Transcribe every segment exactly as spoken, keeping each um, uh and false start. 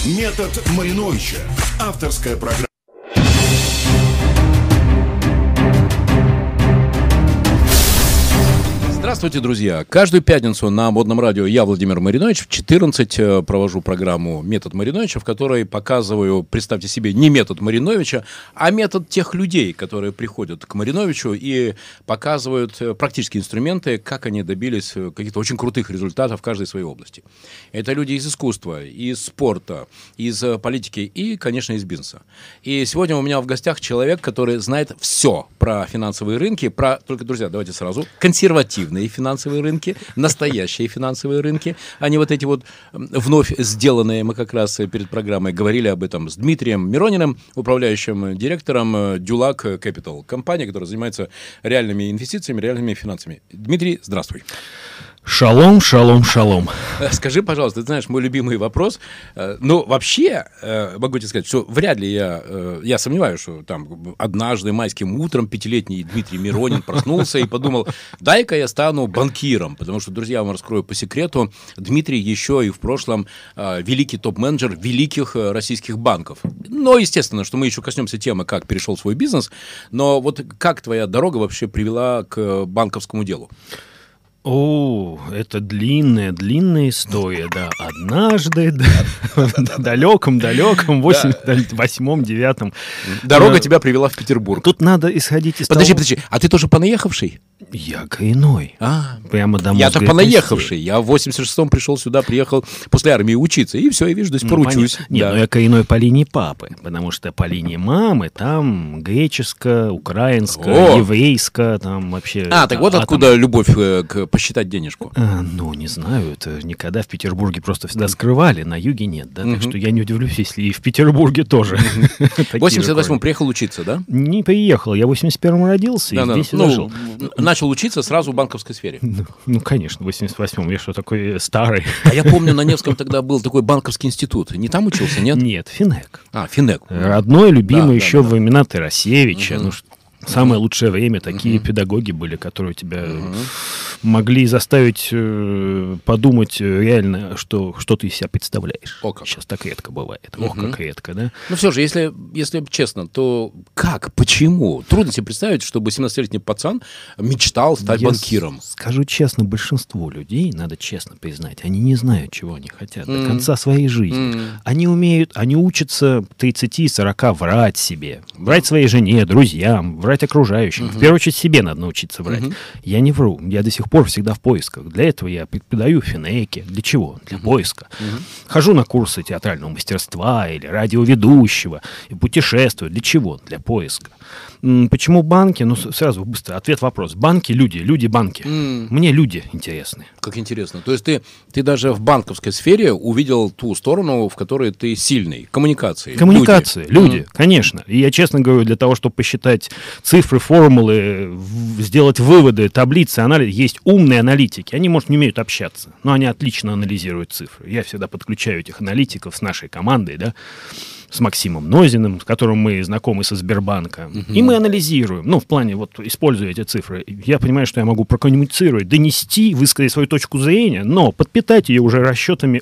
Метод Мариновича. Авторская программа. Здравствуйте, друзья! Каждую пятницу на Модном радио я, Владимир Маринович, в четырнадцать провожу программу «Метод Мариновича», в которой показываю, представьте себе, не метод Мариновича, а метод тех людей, которые приходят к Мариновичу и показывают практические инструменты, как они добились каких-то очень крутых результатов в каждой своей области. Это люди из искусства, из спорта, из политики и, конечно, из бизнеса. И сегодня у меня в гостях человек, который знает все про финансовые рынки, про, только, друзья, давайте сразу, консервативные финансовые рынки, настоящие финансовые рынки, а не вот эти вот вновь сделанные, мы как раз перед программой говорили об этом с Дмитрием Мирониным, управляющим директором Дюлак Capital, компания, которая занимается реальными инвестициями, реальными финансами. Дмитрий, здравствуй. Шалом, шалом, шалом. Скажи, пожалуйста, ты знаешь, мой любимый вопрос. Ну, вообще, могу тебе сказать, что вряд ли я, я сомневаюсь, что там однажды майским утром пятилетний Дмитрий Миронин проснулся и подумал, дай-ка я стану банкиром, потому что, друзья, я вам раскрою по секрету, Дмитрий еще и в прошлом великий топ-менеджер великих российских банков. Но, естественно, что мы еще коснемся темы, как перешел в свой бизнес, но вот как твоя дорога вообще привела к банковскому делу? О, это длинная, длинная история, да. Однажды, в далеком-далеком, восемьдесят восьмом, девятом. Дорога тебя привела в Петербург. Тут надо исходить из того... Подожди, подожди, а ты тоже понаехавший? Я коренной. А, прямо до я-то понаехавший. Я в восемьдесят шестом пришел сюда, приехал после армии учиться. И все, и вижу, до сих пор учусь. Нет, да. Но я коренной по линии папы, потому что по линии мамы там греческо, украинско, О! еврейско, там вообще... А, так вот а, откуда там... любовь к посчитать денежку? А, ну, не знаю, это никогда в Петербурге просто всегда скрывали, на юге нет, да, угу. Так что я не удивлюсь, если и в Петербурге тоже. В восемьдесят восьмом приехал учиться, да? Не приехал, я в восемьдесят первом родился и здесь жил. Начал учиться сразу в банковской сфере. Ну, ну, конечно, в восемьдесят восьмом. Я что, такой старый? А я помню, на Невском тогда был такой банковский институт. Не там учился, нет? Нет, Финек. А, Финек. Родной, любимый да, еще да, да. времена Тарасевича. Угу. Ну, самое лучшее время. Такие угу. педагоги были, которые тебя угу. могли заставить э, подумать реально, что, что ты из себя представляешь. О, как. Сейчас так редко бывает. Угу. Ох, как редко, да? Ну, все же, если, если честно, то как, почему? Трудно себе представить, чтобы семнадцатилетний пацан мечтал стать Я банкиром. Скажу честно, большинство людей, надо честно признать, они не знают, чего они хотят mm. до конца своей жизни. Mm. Они умеют, они учатся тридцати-сорока врать себе, врать своей жене, друзьям, врать окружающим. Mm-hmm. В первую очередь себе надо научиться врать. Mm-hmm. Я не вру, я до сих пор всегда в поисках. Для этого я преподаю в Финеке. Для чего? Для mm-hmm. поиска. Mm-hmm. Хожу на курсы театрального мастерства или радиоведущего, и путешествую. Для чего? Для поиска. Почему банки? Ну, сразу быстро ответ вопрос. Банки, люди, люди, банки. Mm. Мне люди интересны. Как интересно. То есть ты, ты даже в банковской сфере увидел ту сторону, в которой ты сильный. Коммуникации. Коммуникации, люди, люди mm. конечно. И я честно говорю, для того, чтобы посчитать цифры, формулы, сделать выводы, таблицы, анализ, есть умные аналитики. Они, может, не умеют общаться, но они отлично анализируют цифры. Я всегда подключаю этих аналитиков с нашей командой, да, с Максимом Нозиным, с которым мы знакомы со Сбербанка. Uh-huh. И мы анализируем, ну, в плане, вот, используя эти цифры. Я понимаю, что я могу прокоммуницировать, донести, высказать свою точку зрения, но подпитать ее уже расчетами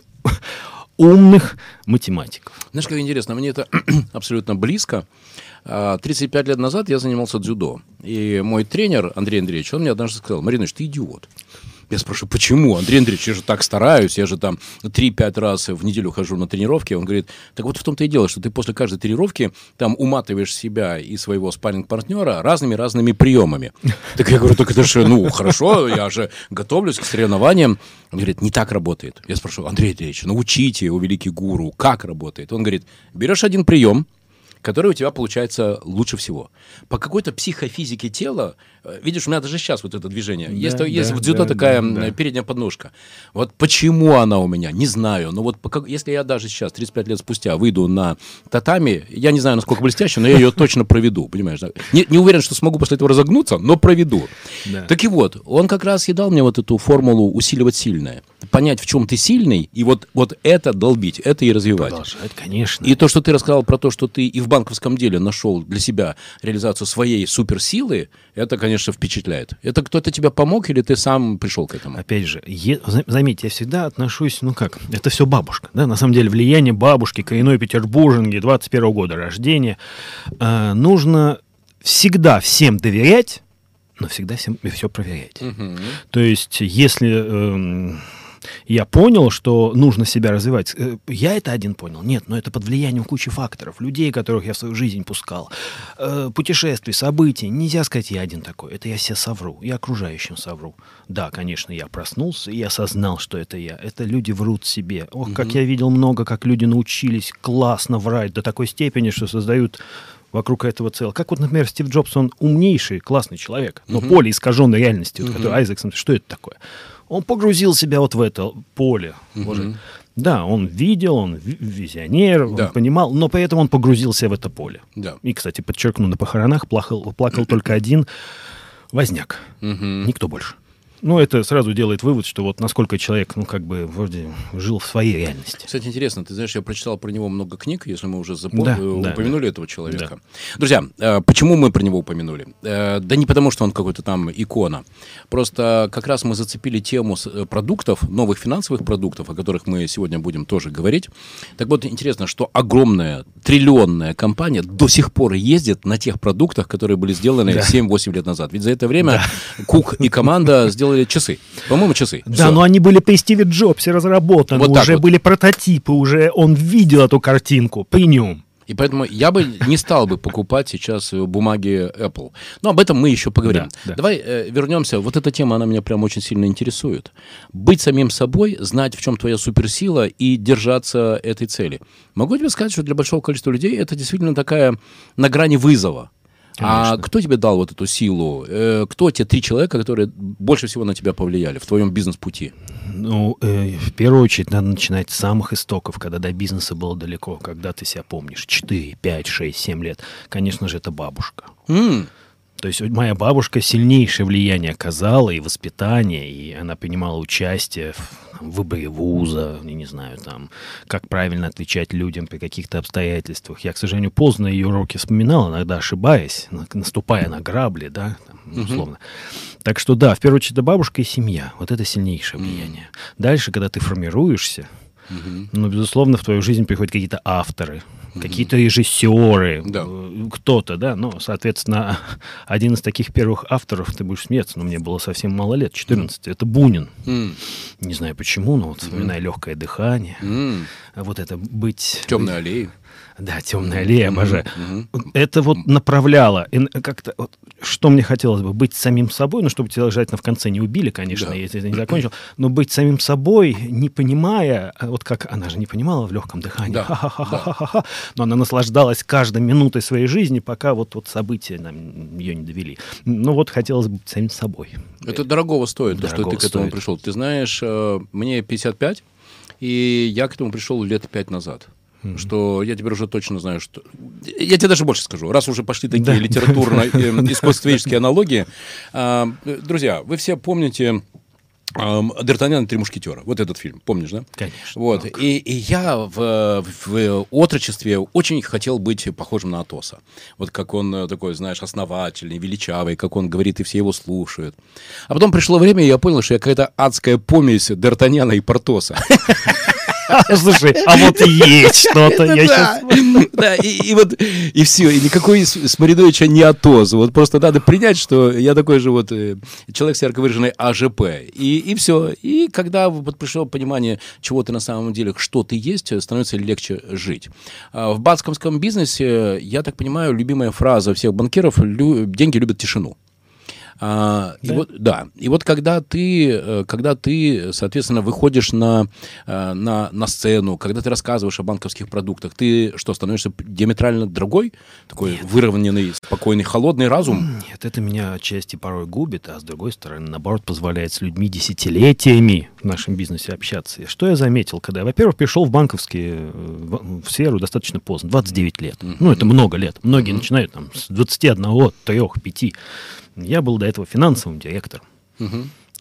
умных математиков. Знаешь, как интересно, мне это абсолютно близко. тридцать пять лет назад я занимался дзюдо. И мой тренер, Андрей Андреевич, он мне однажды сказал: Маринович, ты идиот. Я спрашиваю, почему? Андрей Андреевич, я же так стараюсь, я же там три-пять раз в неделю хожу на тренировки. Он говорит, так вот в том-то и дело, что ты после каждой тренировки там уматываешь себя и своего спарринг-партнера разными-разными приемами. Так я говорю, так это же, ну, хорошо, я же готовлюсь к соревнованиям. Он говорит, не так работает. Я спрашиваю, Андрей Андреевич, научите его, великий гуру, как работает? Он говорит, берешь один прием, который у тебя получается лучше всего. По какой-то психофизике тела, видишь, у меня даже сейчас вот это движение, да, есть, да, есть в дзюдо да, такая да, передняя подножка. Вот почему она у меня, не знаю. Но вот пока, если я даже сейчас, тридцать пять лет спустя, выйду на татами, я не знаю, насколько блестяще, но я ее точно проведу, понимаешь? Не, не уверен, что смогу после этого разогнуться, но проведу. Да. Так и вот, он как раз и дал мне вот эту формулу усиливать сильное. Понять, в чем ты сильный, и вот, вот это долбить, это и развивать. Продолжать, конечно. И то, что ты рассказал про то, что ты и в банковском деле нашел для себя реализацию своей суперсилы, это, конечно, конечно, впечатляет. Это кто-то тебе помог или ты сам пришел к этому? Опять же, е- заметьте, я всегда отношусь, ну как, это все бабушка, да, на самом деле влияние бабушки, коренной петербурженки, двадцать первого года рождения. Э, нужно всегда всем доверять, но всегда всем все проверять. Угу. То есть, если э, я понял, что нужно себя развивать, э, я это один понял. Нет, но это под влиянием кучи факторов, людей, которых я в свою жизнь пускал, э, путешествий, событий. Нельзя сказать, я один такой. Это я себе совру, я окружающим совру. Да, конечно, я проснулся и осознал, что это я. Это люди врут себе. Ох, как я видел много, как люди научились классно врать до такой степени, что создают вокруг этого целого. Как вот, например, Стив Джобс, он умнейший, классный человек, но uh-huh. поле искаженной реальности, вот, uh-huh. который Айзексон, что это такое? Он погрузил себя вот в это поле. Uh-huh. Боже. Да, он видел, он визионер, да. он понимал, но при этом он погрузился в это поле. Да. И, кстати, подчеркну, на похоронах плакал, плакал только один возняк, uh-huh. никто больше. Ну, это сразу делает вывод, что вот насколько человек, ну, как бы, вроде жил в своей реальности. Кстати, интересно, ты знаешь, я прочитал про него много книг, если мы уже запом... да, упомянули да, этого человека. Да. Друзья, почему мы про него упомянули? Да не потому, что он какой-то там икона. Просто как раз мы зацепили тему продуктов, новых финансовых продуктов, о которых мы сегодня будем тоже говорить. Так вот, интересно, что огромная, триллионная компания до сих пор ездит на тех продуктах, которые были сделаны да. семь-восемь лет назад. Ведь за это время да. Кук и команда сделали часы. По-моему, часы. Да, Все. но они были при Стиве Джобсе разработаны, вот уже вот. Были прототипы, уже он видел эту картинку при нем. И поэтому я бы не стал бы покупать сейчас бумаги Apple. Но об этом мы еще поговорим. Да, да. Давай э, вернемся. Вот эта тема, она меня прям очень сильно интересует. Быть самим собой, знать, в чем твоя суперсила и держаться этой цели. Могу тебе сказать, что для большого количества людей это действительно такая на грани вызова. Конечно. А кто тебе дал вот эту силу? Кто те три человека, которые больше всего на тебя повлияли в твоем бизнес-пути? Ну, э, в первую очередь, надо начинать с самых истоков, когда до бизнеса было далеко, когда ты себя помнишь, четыре, пять, шесть, семь лет. Конечно же, это бабушка. Mm. То есть моя бабушка сильнейшее влияние оказала и воспитание, и она принимала участие в, в выборе вуза, я не знаю, там, как правильно отвечать людям при каких-то обстоятельствах. Я, к сожалению, поздно ее уроки вспоминал, иногда ошибаясь, наступая на грабли, да, там, условно. Uh-huh. Так что да, в первую очередь, это бабушка и семья. Вот это сильнейшее влияние. Uh-huh. Дальше, когда ты формируешься, uh-huh. ну, безусловно, в твою жизнь приходят какие-то авторы, какие-то режиссеры, да. кто-то, да, ну, соответственно, один из таких первых авторов, ты будешь смеяться, но мне было совсем мало лет, четырнадцать, mm. это Бунин. Mm. Не знаю почему, но вот вспоминаю mm. «Легкое дыхание», mm. вот это быть... «Темная аллея». Да, «Темная аллея», обожаю. Mm-hmm. Это вот направляло. И как-то, вот, что мне хотелось бы, быть самим собой, ну, чтобы тебя желательно в конце не убили, конечно, да. я это не закончил, но быть самим собой, не понимая, вот как она же не понимала в «Легком дыхании», да. ха-ха-ха-ха-ха-ха, но она наслаждалась каждой минутой своей жизни, пока вот, вот события нам, ее не довели. Ну вот хотелось бы быть самим собой. Это дорогого стоит, то, что ты к этому стоит. Пришел. Ты знаешь, мне пятьдесят пять, и я к этому пришел лет пять назад. Mm-hmm. Что я теперь уже точно знаю, что... Я тебе даже больше скажу. Раз уже пошли такие да. литературно-искусствоведческие аналогии. Друзья, вы все помните «Д'Артаньян и три мушкетера». Вот этот фильм. Помнишь, да? Конечно. Вот. И, и я в, в отрочестве очень хотел быть похожим на Атоса. Вот как он такой, знаешь, основательный, величавый, как он говорит, и все его слушают. А потом пришло время, и я понял, что я какая-то адская помесь Д'Артаньяна и Портоса. Слушай, а вот и есть что-то. Я сейчас... Да, и вот, и все. И никакой Сморидовича не Атос. Вот просто надо принять, что я такой же вот человек с ярко выраженной АЖП. И, и все. И когда вот пришло понимание, чего ты на самом деле, что ты есть, становится легче жить. В банковском бизнесе, я так понимаю, любимая фраза всех банкиров: деньги любят тишину. А, да? И вот, да. И вот когда ты, когда ты, соответственно, выходишь на, на, на сцену, когда ты рассказываешь о банковских продуктах, ты что, становишься диаметрально другой? Такой Нет. выровненный, спокойный, холодный разум? Нет, это меня отчасти порой губит, а с другой стороны, наоборот, позволяет с людьми десятилетиями в нашем бизнесе общаться. И что я заметил, когда я, во-первых, пришел в банковские, в, в сферу достаточно поздно, двадцать девять лет. Mm-hmm. Ну, это много лет. Многие mm-hmm. начинают там с двадцати одного, трёх, пяти. Я был до этого финансовым директором. Uh-huh.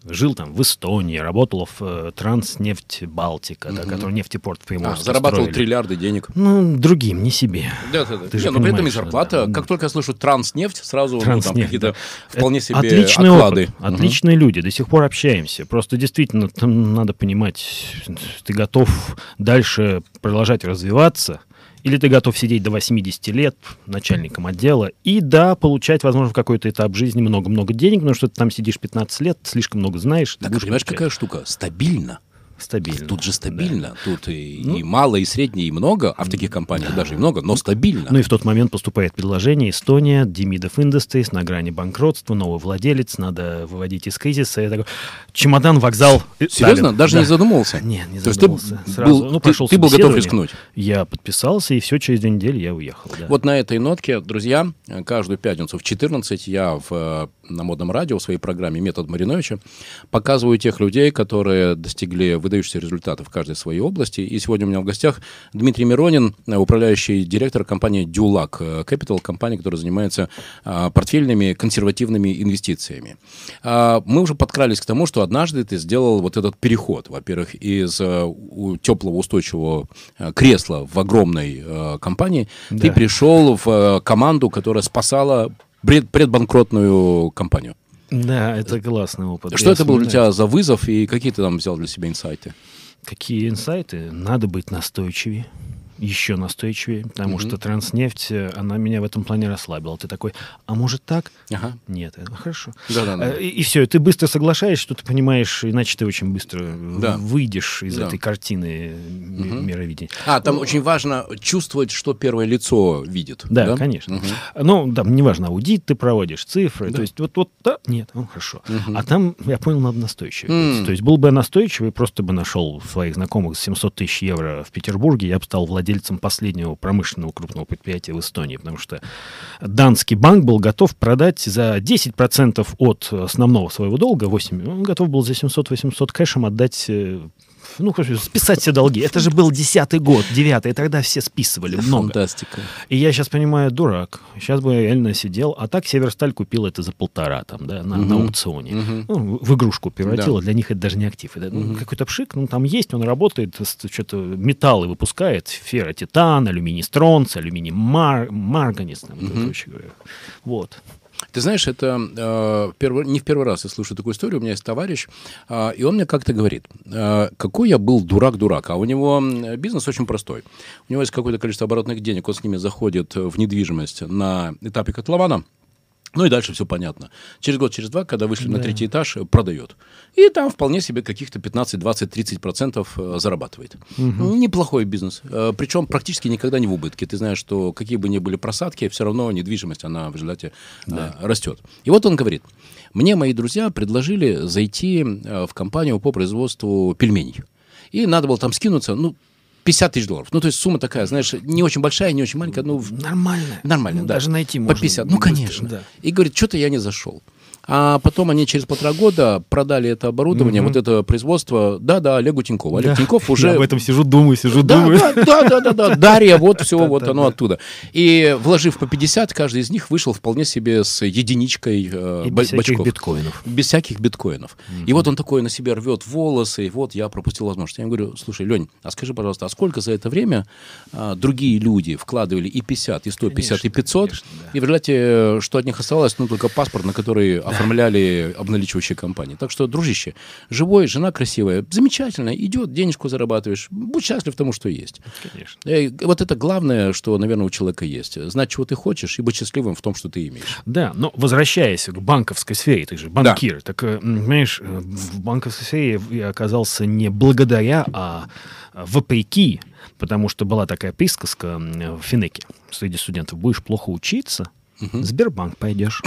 жил там в Эстонии, работал в э, Транснефть Балтика, Мгм. да, который нефтепорт в А, Приморске зарабатывал строили. триллиарды денег. Ну, другим, не себе. Да, да, да. Ты же Не, но при этом и понимаешь, зарплата. да. Как только я слышу транснефть, сразу ну, там Транснефть, какие-то да. вполне Это себе отличный оклады. опыт, отличные люди, до сих пор общаемся. Просто действительно там надо понимать, ты готов дальше продолжать развиваться, или ты готов сидеть до восьмидесяти лет начальником отдела и, да, получать, возможно, в какой-то этап жизни много-много денег, потому что ты там сидишь пятнадцать лет, слишком много знаешь. ты Так, будешь понимаешь, получать. какая штука? Стабильно. Стабильно. Тут же стабильно. Тут и, Ну. и мало, и средне, и много, а в таких компаниях даже и много, но стабильно. Ну и в тот момент поступает предложение: Эстония, Демидов Industries, на грани банкротства, новый владелец, надо выводить из кризиса. Я такой, чемодан, вокзал. э, Серьезно? Сталин. Даже Да. не задумывался? Нет, не То есть ты задумался. был- Сразу, ну, ты- прошел ты был готов собеседование. рискнуть? Я подписался, и все, через две недели я уехал. Да. Вот на этой нотке, друзья, каждую пятницу в четырнадцать я в, э, на Модном радио в своей программе «Метод Мариновича» показываю тех людей, которые достигли выдающихся результатов в каждой своей области. И сегодня у меня в гостях Дмитрий Миронин, э, управляющий директор компании Дюлак Capital, компания, которая занимается э, портфельными консервативными инвестициями. А, мы уже подкрались к тому, что однажды ты сделал вот этот переход, во-первых, из э, у- теплого устойчивого э, кресла в огромной э, компании, Да. ты пришел в э, команду, которая спасала пред- предбанкротную компанию. Да, это классный опыт. Что Я это был для вспоминаю. тебя за вызов и какие ты там взял для себя инсайты? Какие инсайты? Надо быть настойчивее. Еще настойчивее, потому Мгм. что Транснефть, э, она меня в этом плане расслабила. Ты такой, а может так? Ага. Нет, это хорошо. Да-да-да. Э, И, и все, ты быстро соглашаешься, что ты понимаешь, иначе ты очень быстро Да. выйдешь из Да. этой картины ми- Мгм. мировидения. А, там очень важно чувствовать, что первое лицо видит. Да, конечно. Мгм. Ну, да, неважно, аудит ты проводишь, цифры, Да. то есть вот, вот, да, нет, ну, хорошо. Мгм. А там, я понял, надо настойчиво. М. быть. То есть был бы я настойчивый, просто бы нашел своих знакомых за семьсот тысяч евро в Петербурге, я бы стал владельцем последнего промышленного крупного предприятия в Эстонии, потому что Данский банк был готов продать за десять процентов от основного своего долга, восемь, он готов был за семьсот-восемьсот кэшем отдать, э, ну, короче, списать все долги. Это же был десятый год, девятый, и тогда все списывали много. Фантастика. И я сейчас понимаю, дурак. Сейчас бы я реально сидел. А так Северсталь купил это за полтора там, да, на, Мгм. на аукционе. Мгм. Ну, в игрушку превратила. Да. Для них это даже не актив. Это, ну, Мгм. какой-то пшик, ну, там есть, он работает, с- что-то металлы выпускает. Ферротитан, алюминий стронц, алюминий мар, марганец, там, Мгм. короче говоря. Вот. Ты знаешь, это э, первый- не в первый раз я слышу такую историю. У меня есть товарищ, э, и он мне как-то говорит, э, какой я был дурак-дурак. А у него м, бизнес очень простой. У него есть какое-то количество оборотных денег, он с ними заходит в недвижимость на этапе котлована. Ну и дальше все понятно. Через год, через два, когда вышли на Да. третий этаж, э, продает. И там вполне себе каких-то пятнадцать, двадцать, тридцать процентов э, зарабатывает. Неплохой бизнес. Э, Причем практически никогда не в убытке. Ты знаешь, что какие бы ни были просадки, все равно недвижимость, она в результате э, растет. И вот он говорит, мне мои друзья предложили зайти э, в компанию по производству пельменей. И надо было там скинуться, ну, пятьдесят тысяч долларов. Ну, то есть сумма такая, знаешь, не очень большая, не очень маленькая, ну, в- Нормально. Нормально, Ну, да. Даже найти По можно. пятьдесят. Ну, быстро, конечно. да. И говорит, что-то я не зашел. А потом они через полтора года продали это оборудование, Мгм. вот это производство, да-да, Олегу Тинькову. Олег Да. Тиньков уже... Я об этом сижу, думаю, сижу, Да, думаю. да, да, да, да, да, Дарья, вот все, Да, вот да, оно да. оттуда. И вложив по пятьдесят, каждый из них вышел вполне себе с единичкой э, И ба- без всяких бачков. биткоинов. Без всяких биткоинов. И вот он такой на себе рвет волосы, и вот я пропустил возможность. Я ему говорю, слушай, Лень, а скажи, пожалуйста, а сколько за это время а, другие люди вкладывали и пятьдесят, и сто пятьдесят, и Конечно, пятьсот, конечно, да. и в результате, э, что от них оставалось, ну, только паспорт, на который оформляли обналичивающие компании. Так что, дружище, живой, жена красивая, замечательно, идет, денежку зарабатываешь, будь счастлив тому, что есть. Конечно. Э, Вот это главное, что, наверное, у человека есть. Знать, чего ты хочешь, и быть счастливым в том, что ты имеешь. Да, но возвращаясь к банковской сфере, ты же банкир, так, э, м, понимаешь, э, в банковской сфере я оказался не благодаря, а вопреки, потому что была такая присказка м, в Финеке среди студентов: будешь плохо учиться, в Сбербанк пойдешь.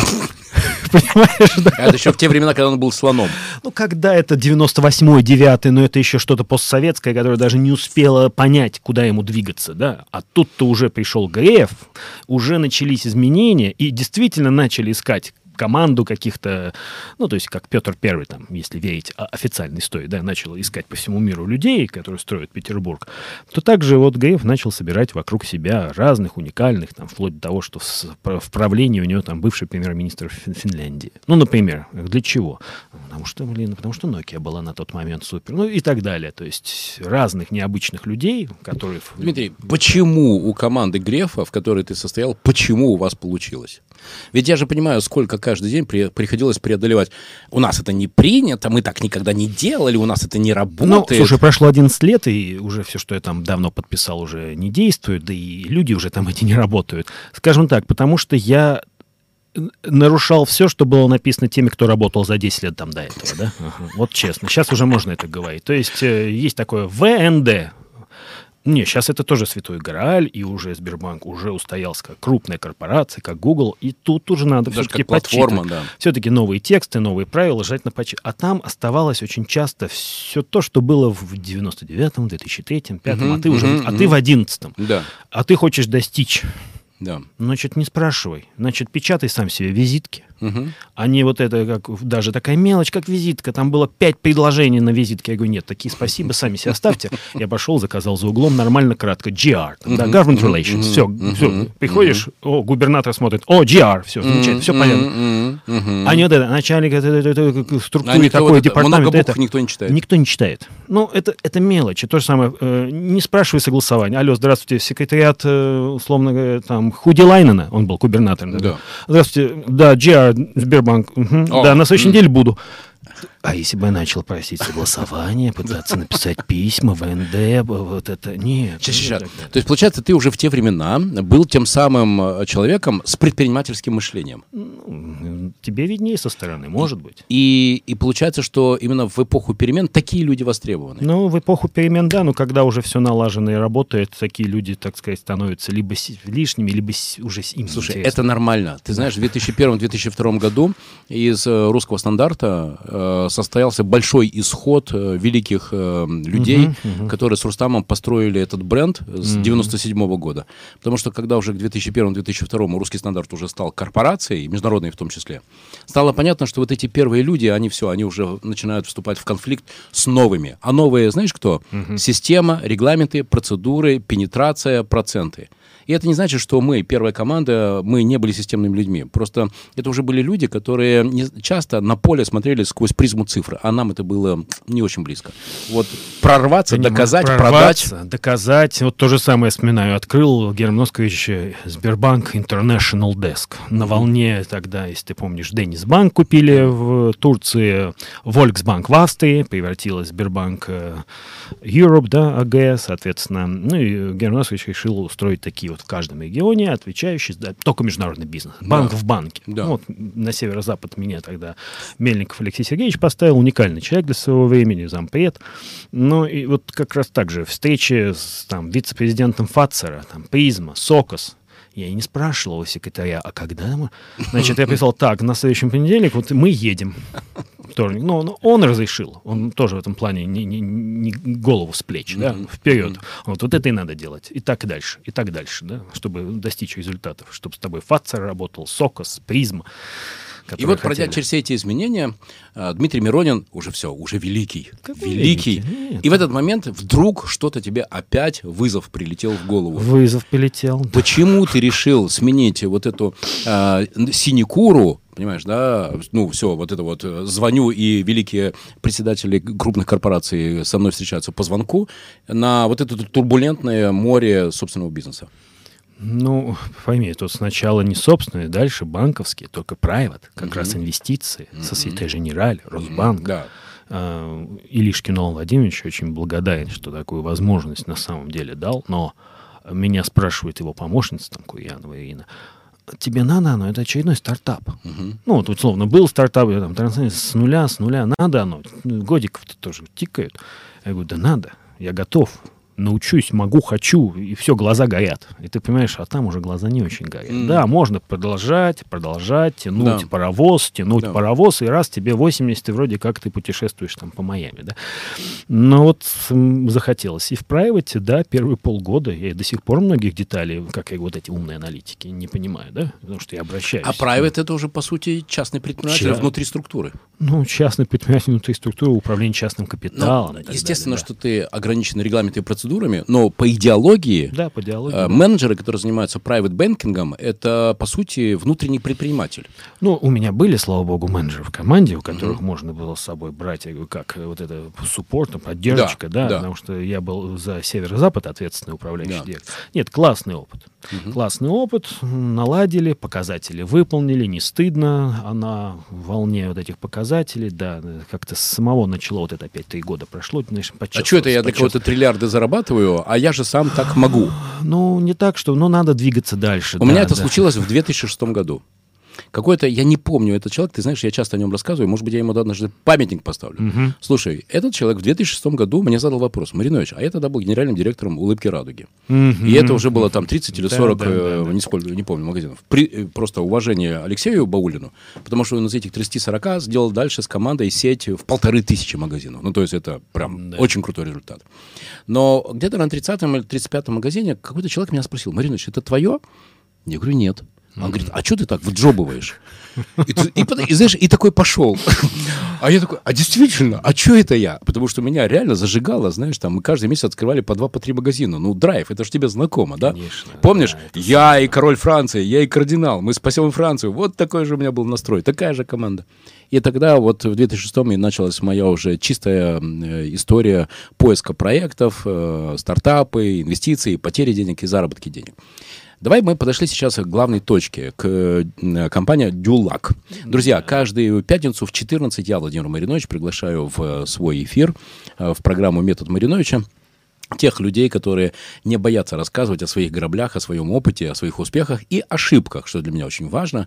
Понимаешь, да? А это еще в те времена, когда он был слоном. Ну, когда это девяносто восьмой, девятый, но это еще что-то постсоветское, которое даже не успело понять, куда ему двигаться, да. А тут-то уже пришел Греев, уже начались изменения, и действительно начали искать, команду каких-то, ну, то есть как Петр Первый, там, если верить официальной истории, да, начал искать по всему миру людей, которые строят Петербург, то также вот Греф начал собирать вокруг себя разных уникальных, там, вплоть до того, что в, в правлении у него там бывший премьер-министр Финляндии. Ну, например, для чего? Потому что, блин, потому что Nokia была на тот момент супер, ну и так далее. То есть разных необычных людей, которые... Дмитрий, почему у команды Грефа, в которой ты состоял, почему у вас получилось? Ведь я же понимаю, сколько каждый день при, приходилось преодолевать. У нас это не принято, мы так никогда не делали, у нас это не работает. Ну, слушай, прошло одиннадцать лет, и уже все, что я там давно подписал, уже не действует, да и люди уже там эти не работают. Скажем так, потому что я нарушал все, что было написано теми, кто работал за десять лет там до этого, да? Ага. Вот честно, сейчас уже можно это говорить. То есть э, есть такое вэ эн дэ. Не, сейчас это тоже святой Грааль, и уже Сбербанк уже устоялся как крупная корпорация, как Google, и тут уже надо даже все-таки платформа, да. Все-таки новые тексты, новые правила, желательно почитать. А там оставалось очень часто все то, что было в девяносто девятом, две тысячи третьем, две тысячи пятом, uh-huh, а ты уже, uh-huh, а ты в одиннадцатом. Да. А ты хочешь достичь. Да. Значит, не спрашивай. Значит, печатай сам себе визитки. Угу. А не вот это, как даже такая мелочь, как визитка. Там было пять предложений на визитке. Я говорю, нет, такие спасибо, сами себе оставьте. Я пошел, заказал за углом нормально, кратко. джи ар. Там, да, Government Relations. Все, все. Приходишь, о, губернатор смотрит. О, джи ар. Все, замечательно, все понятно. А не вот это, начальник в структуре такой департамент. Много букв никто не читает. Никто не читает. Ну, это, это мелочи. То же самое. Не спрашивай согласования. Алло, здравствуйте, секретариат, условно говоря, там, Худилайнена, он был губернатором. Да. Здравствуйте, да, джи ар, Сбербанк. Угу. О, да, на следующей м- неделе буду. А если бы я начал просить согласование, пытаться написать письма, вэ эн дэ, вот это... Нет. Сейчас, сейчас. То есть, получается, ты уже в те времена был тем самым человеком с предпринимательским мышлением. Ну, тебе виднее со стороны, может быть. И, и получается, что именно в эпоху перемен такие люди востребованы. Ну, в эпоху перемен, да, но когда уже все налажено и работает, такие люди, так сказать, становятся либо лишними, либо уже им Слушай, интересно. это нормально. Ты знаешь, в две тысячи первом - две тысячи втором году из русского стандарта состоялся большой исход великих э, людей, uh-huh, uh-huh. которые с Рустамом построили этот бренд с uh-huh. девяносто седьмого года. Потому что когда уже к две тысячи первому - две тысячи второму русский стандарт уже стал корпорацией, международной в том числе, стало понятно, что вот эти первые люди, они все, они уже начинают вступать в конфликт с новыми. А новые, знаешь кто? Uh-huh. Система, регламенты, процедуры, пенетрация, проценты. И это не значит, что мы, первая команда, мы не были системными людьми. Просто это уже были люди, которые не, часто на поле смотрели сквозь призму цифр, а нам это было не очень близко. Вот прорваться, Понимаю, доказать, прорваться, продать. доказать. Вот то же самое я вспоминаю. Открыл Герман Оскарович Сбербанк International Desk. На волне тогда, если ты помнишь, Денис Банк купили в Турции, Volksbank в Австрии, превратилась в Сбербанк Europe, да, АГ, соответственно. Ну и Герман Оскарович решил устроить такие вот в каждом регионе, отвечающий, да, только международный бизнес. Банк да. в банке. Да. Ну, вот на северо-запад меня тогда Мельников Алексей Сергеевич поставил, уникальный человек для своего времени, зампред. Ну и вот как раз так же встречи с там, вице-президентом ФАЦера, там, Призма, СОКОС. Я и не спрашивал у секретаря, а когда мы... Значит, я писал, так, на следующем понедельник вот мы едем. Вторник. Ну, он, он разрешил. Он тоже в этом плане не, не, не голову с плеч, да, вперед. Вот, вот это и надо делать. И так и дальше, и так дальше, да, чтобы достичь результатов. Чтобы с тобой ФАЦер работал, СОКОС, Призма. И вот, пройдя через все эти изменения, Дмитрий Миронин уже все, уже великий. Какой великий. Нет. И в этот момент вдруг что-то тебе опять вызов прилетел в голову. Вызов прилетел. Почему ты решил сменить вот эту э, синекуру, понимаешь, да, ну все, вот это вот звоню, и великие председатели крупных корпораций со мной встречаются по звонку, на вот это турбулентное море собственного бизнеса? Ну, пойми, тут сначала не собственные, дальше банковские, только private, как mm-hmm. раз инвестиции, mm-hmm. Société Générale, Росбанк. Mm-hmm. Да. Илишкину Ивану Владимировичу очень благодарен, что такую возможность на самом деле дал, но меня спрашивает его помощница, там, Курьянова Ирина, тебе надо оно, это очередной стартап. Uh-huh. Ну, вот, условно, был стартап, там, с нуля, с нуля, надо оно, годиков-то тоже тикают. Я говорю, да надо, я готов. научусь, могу, хочу, и все, глаза горят. И ты понимаешь, а там уже глаза не очень горят. Mm. Да, можно продолжать, продолжать, тянуть да. паровоз, тянуть да. паровоз, и раз тебе восемьдесят, и вроде как ты путешествуешь там по Майами, да. Но вот захотелось. И в прайвете, да, первые полгода, я до сих пор многих деталей, как и вот эти умные аналитики, не понимаю, да, потому что я обращаюсь. А прайвет это уже, по сути, частный предприниматель Ча... внутри структуры. Ну, частный предприниматель внутри структуры, управление частным капиталом. Ну, естественно, далее, да. что ты ограничен регламентами и процедурами, но по идеологии, да, по идеологии э, да. менеджеры, которые занимаются private банкингом, это, по сути, внутренний предприниматель. Ну, у меня были, слава богу, менеджеры в команде, у которых mm-hmm. можно было с собой брать, я говорю, как вот это суппорт, поддержка, да, да, да, потому что я был за северо-запад ответственный управляющий да. директор. Нет, классный опыт. Mm-hmm. Классный опыт, наладили, показатели выполнили, не стыдно, а на волне вот этих показателей, да, как-то с самого начало, вот это опять три года прошло, знаешь, а что это я для кого-то триллиарды зарабатываю, а я же сам так могу? Ну, не так, что, ну, надо двигаться дальше. У да, меня это да. случилось в две тысячи шестом году. Какой-то, я не помню этот человек, ты знаешь, я часто о нем рассказываю, может быть, я ему однажды памятник поставлю. Угу. Слушай, этот человек в две тысячи шестом году мне задал вопрос: Маринович, а я тогда был генеральным директором «Улыбки радуги». Угу. И это уже было там тридцать или сорок, да, да, да, да. нисколько, не помню, магазинов. При, просто уважение Алексею Баулину, потому что он из этих тридцати-сорока сделал дальше с командой сеть в полторы тысячи магазинов. Ну, то есть это прям да. очень крутой результат. Но где-то на тридцатом или тридцать пятом магазине какой-то человек меня спросил: Маринович, это твое? Я говорю, нет. Он говорит: а что ты так вджобываешь? И, и, и, знаешь, и такой пошел. А я такой: а действительно, а что это я? Потому что меня реально зажигало, знаешь, там мы каждый месяц открывали по два, по три магазина. Ну, драйв, это же тебе знакомо, да? Конечно. Помнишь? Да, я и король Франции, я и кардинал, мы спасем Францию. Вот такой же у меня был настрой, такая же команда. И тогда вот в две тысячи шестом и началась моя уже чистая история поиска проектов, стартапы, инвестиций, потери денег и заработки денег. Давай мы подошли сейчас к главной точке, к компании Дюлак. Друзья, каждую пятницу в четырнадцать я, Владимир Маринович, приглашаю в свой эфир, в программу «Метод Мариновича» тех людей, которые не боятся рассказывать о своих граблях, о своем опыте, о своих успехах и ошибках, что для меня очень важно,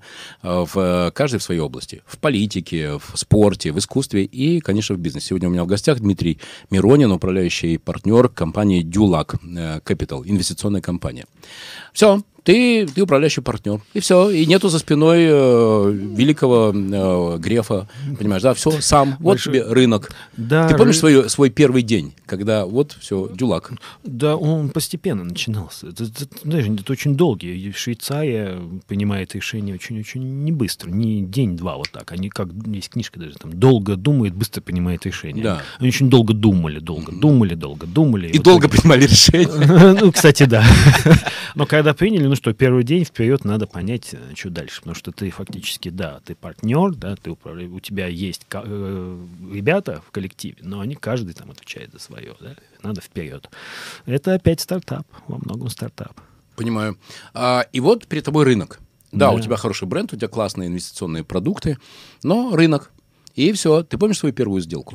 в каждой в своей области. В политике, в спорте, в искусстве и, конечно, в бизнесе. Сегодня у меня в гостях Дмитрий Миронин, управляющий партнер компании Дюлак Capital, инвестиционная компания. Все. Ты, ты управляющий партнер. И все. И нету за спиной э, великого э, Грефа. Понимаешь, да? Все, сам. Вот Большой... тебе рынок. Да, ты помнишь ры... свой, свой первый день, когда вот все, Дюлак? Да, он постепенно начинался. Это, это, знаешь, это очень долгий. Швейцария принимает решение очень-очень не быстро. Не день-два вот так. Они, как есть книжка даже, там, долго думает, быстро принимает решение. Да. Они очень долго думали, долго mm-hmm. думали, долго думали. И, и долго итоге... принимали решение. Ну, кстати, да. Но когда приняли, ну что, первый день вперед надо понять, что дальше. Потому что ты фактически, да, ты партнер, да, ты управляешь, у тебя есть э, ребята в коллективе, но они каждый там отвечает за свое, да, надо вперед. Это опять стартап, во многом стартап. Понимаю. А, и вот перед тобой рынок. Да, да, у тебя хороший бренд, у тебя классные инвестиционные продукты, но рынок. И все. Ты помнишь свою первую сделку?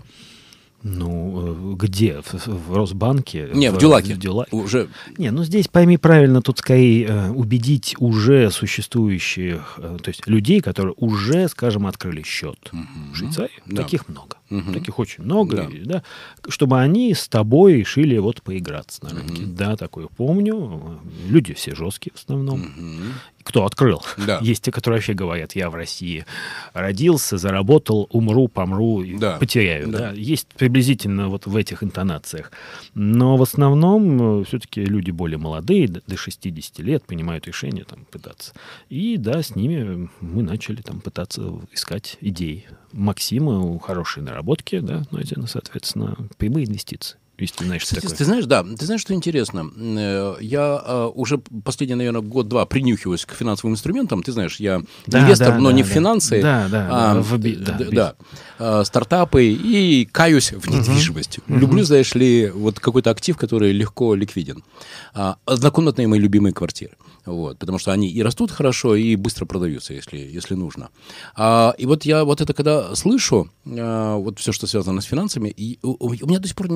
Ну, где? В, в Росбанке? Не, в, в Дюлаке. В Дюла... Уже... Не, ну здесь, пойми правильно, тут скорее убедить уже существующих, то есть людей, которые уже, скажем, открыли счет угу. в Швейцарии. Да. Таких много. Угу. Таких очень много. Да. И, да, чтобы они с тобой решили вот поиграться на рынке. Угу. Да, такое помню. Люди все жесткие в основном. Угу. Кто открыл. Да. Есть те, которые вообще говорят: я в России родился, заработал, умру, помру, да. потеряю. Да. Да. Есть приблизительно вот в этих интонациях. Но в основном все-таки люди более молодые, до шестидесяти лет, принимают решение там пытаться. И да, с ними мы начали там пытаться искать идеи. Максима хорошие наработки, да, но это, соответственно, прямые инвестиции. Если знаешь, что такое. Ты знаешь, да, ты знаешь, что интересно? Я э, уже последний, наверное, год-два принюхиваюсь к финансовым инструментам. Ты знаешь, я да, инвестор, да, но да, не да. в финансы, да, да, а да, в, да, да, да, да, стартапы и каюсь в недвижимость. Uh-huh. Люблю, знаешь ли, вот какой-то актив, который легко ликвиден. А, однокомнатные мои любимые квартиры. Вот, потому что они и растут хорошо, и быстро продаются, если, если нужно. А, и вот я вот это когда слышу, а, вот все, что связано с финансами, и у, у меня до сих пор нет понимания,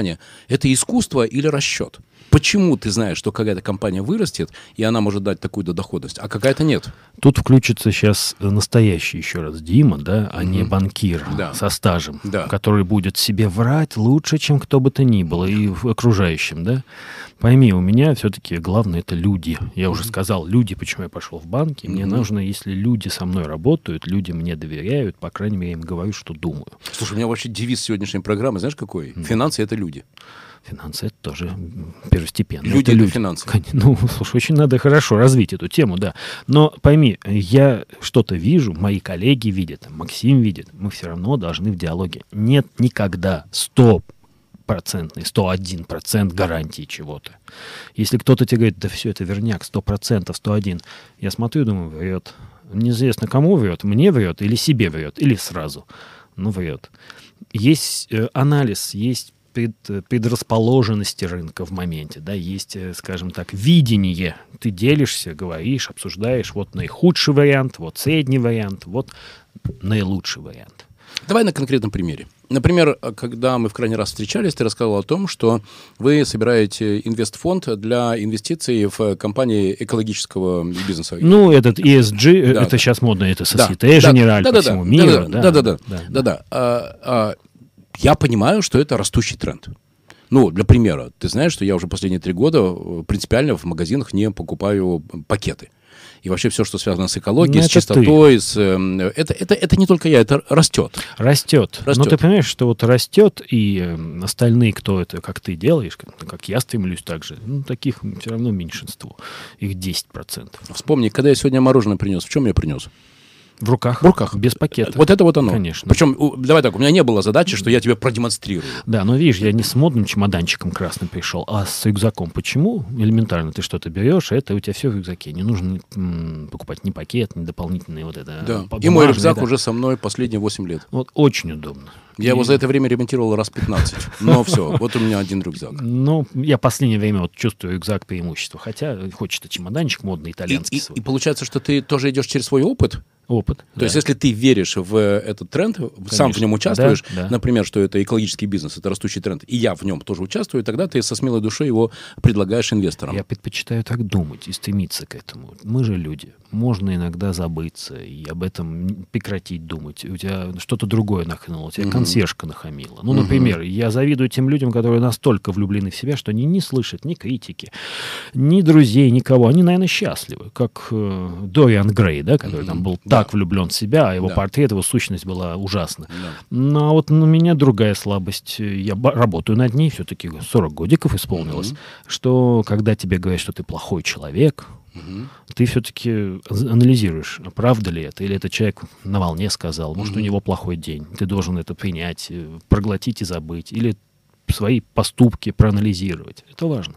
внимание, это искусство или расчет? Почему ты знаешь, что какая-то компания вырастет, и она может дать такую-то доходность, а какая-то нет? Тут включится сейчас настоящий, еще раз, Дима, да, а mm-hmm. не банкир да. со стажем, да. который будет себе врать лучше, чем кто бы то ни было, и в окружающем, да. Пойми, у меня все-таки главное — это люди. Я уже сказал, люди, почему я пошел в банки. Мне mm-hmm. нужно, если люди со мной работают, люди мне доверяют, по крайней мере, я им говорю, что думаю. Слушай, у меня вообще девиз сегодняшней программы, знаешь, какой? Mm-hmm. Финансы — это люди. Финансы — это тоже первостепенно. Люди — это люди. Финансы. Ну, слушай, очень надо хорошо развить эту тему, да. Но пойми, я что-то вижу, мои коллеги видят, Максим видит, мы все равно должны в диалоге. Нет никогда сто процентный, сто один процент гарантии чего-то. Если кто-то тебе говорит, да все, это верняк, сто процентов, сто один, я смотрю и думаю, врет. Неизвестно, кому врет, мне врет или себе врет, или сразу. Ну, врет. Есть э, анализ, есть пред, предрасположенности рынка в моменте, да, есть, скажем так, видение. Ты делишься, говоришь, обсуждаешь, вот наихудший вариант, вот средний вариант, вот наилучший вариант. Давай на конкретном примере. Например, когда мы в крайний раз встречались, ты рассказывал о том, что вы собираете инвестфонд для инвестиций в компании экологического бизнеса. Ну, этот и эс джи, да, это да. сейчас модно, это да, Société Générale да, по да, всему да, миру. Да, да, да. да, да, да, да. А, а, я понимаю, что это растущий тренд. Ну, для примера, ты знаешь, что я уже последние три года принципиально в магазинах не покупаю пакеты. И вообще все, что связано с экологией, ну, с чистотой, с, э, это, это, это не только я, это растет. Растет. Растет. Но ты понимаешь, что вот растет, и э, остальные, кто это, как ты делаешь, как, как я стремлюсь так же, ну, таких все равно меньшинство. Их десять процентов. Вспомни, когда я сегодня мороженое принес, в чем я принес? В руках. В руках. Без пакета. Вот это вот оно. Конечно. Причем, давай так, у меня не было задачи, что я тебе продемонстрирую. Да, но видишь, я не с модным чемоданчиком красным пришел, а с рюкзаком. Почему? Элементарно, ты что-то берешь, это у тебя все в рюкзаке. Не нужно м, покупать ни пакет, ни дополнительные вот это. Да. Бумажные, и мой рюкзак да. уже со мной последние восемь лет. Вот очень удобно. Я и... его за это время ремонтировал раз пятнадцать. Но все, вот у меня один рюкзак. Ну, я в последнее время вот чувствую рюкзак преимущества. Хотя хочется чемоданчик модный, итальянский и, свой. И, и получается, что ты тоже идешь через свой опыт? Опыт. То да. есть, если ты веришь в этот тренд, Конечно. Сам в нем участвуешь, да, да. например, что это экологический бизнес, это растущий тренд, и я в нем тоже участвую, тогда ты со смелой душой его предлагаешь инвесторам. Я предпочитаю так думать и стремиться к этому. Мы же люди. Можно иногда забыться и об этом прекратить думать. У тебя что-то другое нахлынуло, у тебя угу. консьержка нахамила. Ну, например, угу. я завидую тем людям, которые настолько влюблены в себя, что они не слышат ни критики, ни друзей, никого. Они, наверное, счастливы. Как э, Дориан Грей, да, который угу. там был да. так влюблен в себя, а его да. портрет, его сущность была ужасна. Да. Но вот у меня другая слабость. Я работаю над ней, все-таки сорок годиков исполнилось, угу. что когда тебе говорят, что ты плохой человек, угу. ты все-таки анализируешь, правда ли это, или этот человек на волне сказал, может, угу. у него плохой день, ты должен это принять, проглотить и забыть, или свои поступки проанализировать. Это важно.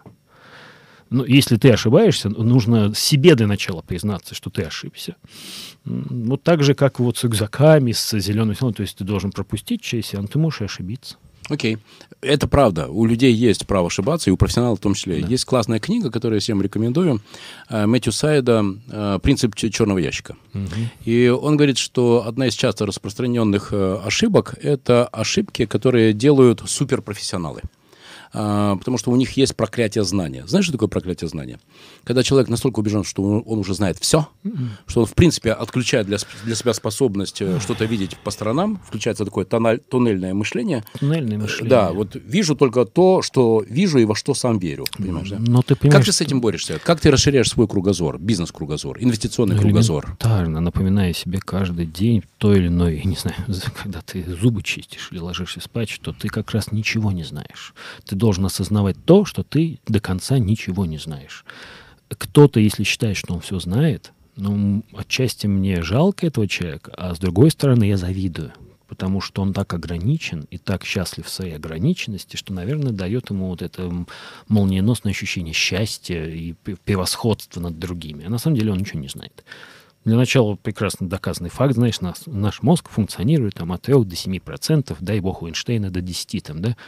Но если ты ошибаешься, нужно себе для начала признаться, что ты ошибся. Вот так же, как вот с рюкзаками, с зеленым силом, то есть ты должен пропустить через себя, но ты можешь и ошибиться. Окей. Okay. Это правда. У людей есть право ошибаться, и у профессионалов в том числе. Да. Есть классная книга, которую я всем рекомендую, Мэтью Сайда «Принцип черного ящика». Угу. И он говорит, что одна из часто распространенных ошибок – это ошибки, которые делают суперпрофессионалы. Потому что у них есть проклятие знания. Знаешь, что такое проклятие знания? Когда человек настолько убежден, что он, он уже знает все, mm-hmm. что он, в принципе, отключает для, для себя способность mm-hmm. что-то видеть по сторонам, включается такое тональ, туннельное мышление. Туннельное мышление. Да, вот вижу только то, что вижу и во что сам верю. Понимаешь, да? Но ты понимаешь, как ты с этим борешься? Как ты расширяешь свой кругозор, бизнес-кругозор, инвестиционный кругозор? Элементарно, напоминая себе каждый день то или иное, я не знаю, когда ты зубы чистишь или ложишься спать, что ты как раз ничего не знаешь. Ты должен осознавать то, что ты до конца ничего не знаешь. Кто-то, если считает, что он все знает, ну, отчасти мне жалко этого человека, а с другой стороны я завидую, потому что он так ограничен и так счастлив в своей ограниченности, что, наверное, дает ему вот это молниеносное ощущение счастья и превосходства над другими. А на самом деле он ничего не знает. Для начала прекрасно доказанный факт, знаешь, наш, наш мозг функционирует там, от трёх до семи процентов, дай бог у Эйнштейна до десяти, там, да?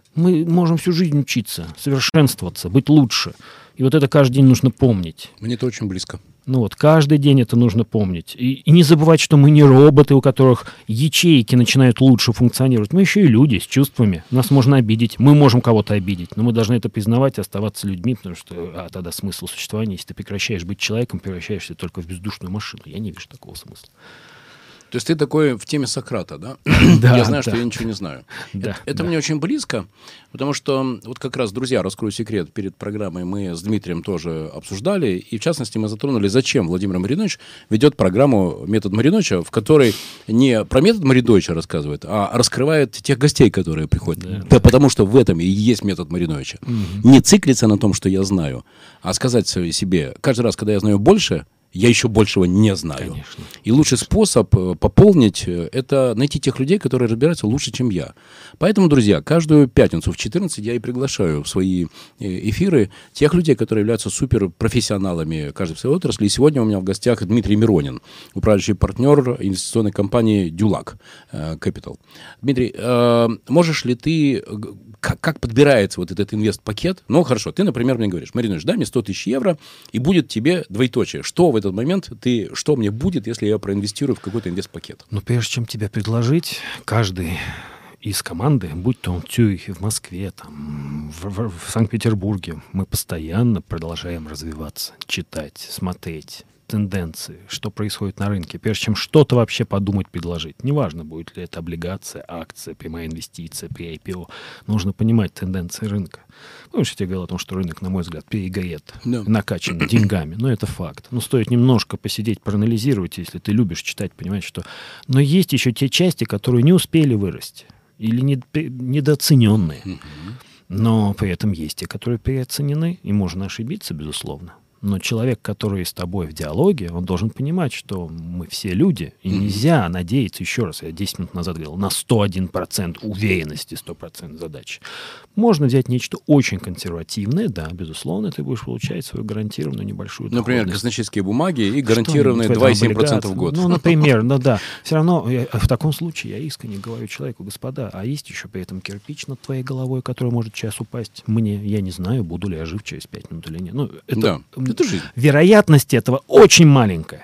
Мы можем всю жизнь учиться, совершенствоваться, быть лучше. И вот это каждый день нужно помнить. Мне это очень близко. Ну вот, каждый день это нужно помнить. И, и не забывать, что мы не роботы, у которых ячейки начинают лучше функционировать. Мы еще и люди с чувствами. Нас можно обидеть, мы можем кого-то обидеть. Но мы должны это признавать и оставаться людьми, потому что а тогда смысл существования, если ты прекращаешь быть человеком, превращаешься только в бездушную машину. Я не вижу такого смысла. То есть ты такой в теме Сократа, да? Да, я знаю, да. что я ничего не знаю. Да, это это да. мне очень близко, потому что вот как раз, друзья, раскрою секрет, перед программой мы с Дмитрием тоже обсуждали, и в частности мы затронули, зачем Владимир Маринович ведет программу «Метод Мариновича», в которой не про метод Мариновича рассказывает, а раскрывает тех гостей, которые приходят. Да, да потому что в этом и есть метод Мариновича. Угу. Не циклиться на том, что я знаю, а сказать себе, каждый раз, когда я знаю больше, я еще большего не знаю. Конечно. И лучший способ пополнить — это найти тех людей, которые разбираются лучше, чем я. Поэтому, друзья, каждую пятницу в четырнадцать я и приглашаю в свои эфиры тех людей, которые являются суперпрофессионалами каждой своей отрасли. И сегодня у меня в гостях Дмитрий Миронин, управляющий партнер инвестиционной компании «Дюлак Capital». Дмитрий, можешь ли ты... Как, как подбирается вот этот инвест-пакет? Ну, хорошо, ты, например, мне говоришь: Маринович, дай мне сто тысяч евро, и будет тебе двоеточие. Что в этот момент ты, что мне будет, если я проинвестирую в какой-то инвест-пакет? Ну, прежде чем тебе предложить, каждый из команды, будь то он в Цюрихе, в Москве, там, в, в, в Санкт-Петербурге, мы постоянно продолжаем развиваться, читать, смотреть тенденции, что происходит на рынке, прежде чем что-то вообще подумать, предложить. Неважно, будет ли это облигация, акция, прямая инвестиция, при ай пи о. Нужно понимать тенденции рынка. Ну, я тебе говорил о том, что рынок, на мой взгляд, перегорет, да. накачан деньгами. Но это факт. Но стоит немножко посидеть, проанализировать, если ты любишь читать, понимать, что... Но есть еще те части, которые не успели вырасти или не, недооцененные. Но при этом есть те, которые переоценены, и можно ошибиться, безусловно. Но человек, который с тобой в диалоге, он должен понимать, что мы все люди, и нельзя надеяться, еще раз, я десять минут назад говорил, на сто один процент уверенности, сто процентов задачи. Можно взять нечто очень консервативное, да, безусловно, ты будешь получать свою гарантированную небольшую доходность. Например, казначейские бумаги и гарантированные два и семь десятых процента в год. Ну, например, ну да. Все равно я, в таком случае я искренне говорю человеку: господа, а есть еще при этом кирпич над твоей головой, который может сейчас упасть мне? Я не знаю, буду ли я жив через пять минут или нет. Ну, это, да. Это жизнь. Вероятность этого очень маленькая.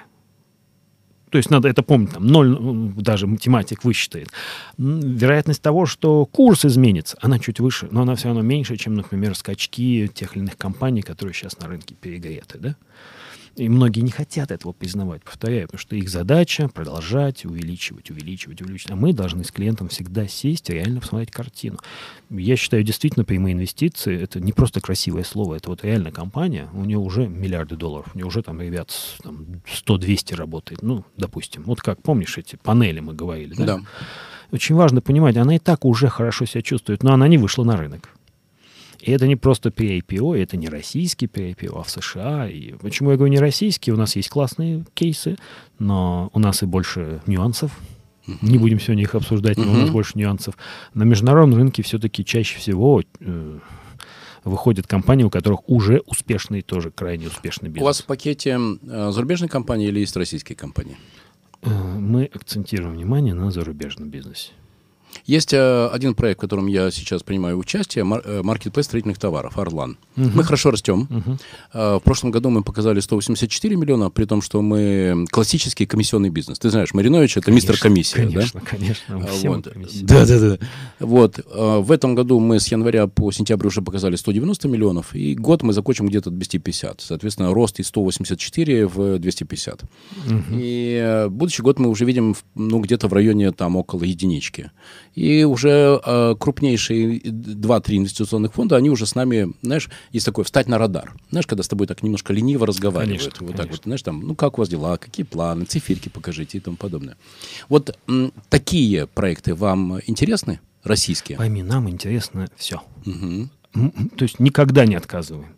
То есть надо это помнить, там, ноль, даже математик высчитает. Вероятность того, что курс изменится, она чуть выше, но она все равно меньше, чем, например, скачки тех или иных компаний, которые сейчас на рынке перегреты, да? И многие не хотят этого признавать, повторяю, потому что их задача продолжать увеличивать, увеличивать, увеличивать. А мы должны с клиентом всегда сесть и реально посмотреть картину. Я считаю, действительно, прямые инвестиции — это не просто красивое слово, это вот реально компания, у нее уже миллиарды долларов, у нее уже там, ребят, там, сто-двести работает, ну, допустим. Вот как, помнишь, эти панели мы говорили, да? Да. Очень важно понимать, она и так уже хорошо себя чувствует, но она не вышла на рынок. И это не просто при ай пи о, это не российский при ай пи о, а в США. И почему я говорю не российский? У нас есть классные кейсы, но у нас и больше нюансов. Uh-huh. Не будем сегодня их обсуждать, но uh-huh. у нас больше нюансов. На международном рынке все-таки чаще всего э, выходят компании, у которых уже успешный, тоже крайне успешный бизнес. У вас в пакете э, зарубежные компании или есть российские компании? Э, мы акцентируем внимание на зарубежном бизнесе. Есть э, один проект, в котором я сейчас принимаю участие, мар- э, маркетплейс строительных товаров «Орлан». Uh-huh. Мы хорошо растем. Uh-huh. Э, в прошлом году мы показали сто восемьдесят четыре миллиона, при том, что мы классический комиссионный бизнес. Ты знаешь, Маринович — это конечно, мистер комиссия. Конечно, да? конечно. А, вот. Да, да, да. Вот. Э, в этом году мы с января по сентябрь уже показали сто девяносто миллионов, и год мы закончим где-то двести пятьдесят. Соответственно, рост из сто восемьдесят четыре в двести пятьдесят. Uh-huh. И э, будущий год мы уже видим ну, где-то в районе там около единички. И уже э, крупнейшие два-три инвестиционных фонда, они уже с нами, знаешь, есть такое встать на радар. Знаешь, когда с тобой так немножко лениво разговаривают. Конечно, вот конечно. Так вот, знаешь, там, ну как у вас дела, какие планы, циферки покажите и тому подобное. Вот м, такие проекты вам интересны, российские? Пойми, нам интересно все. Угу. То есть никогда не отказываем.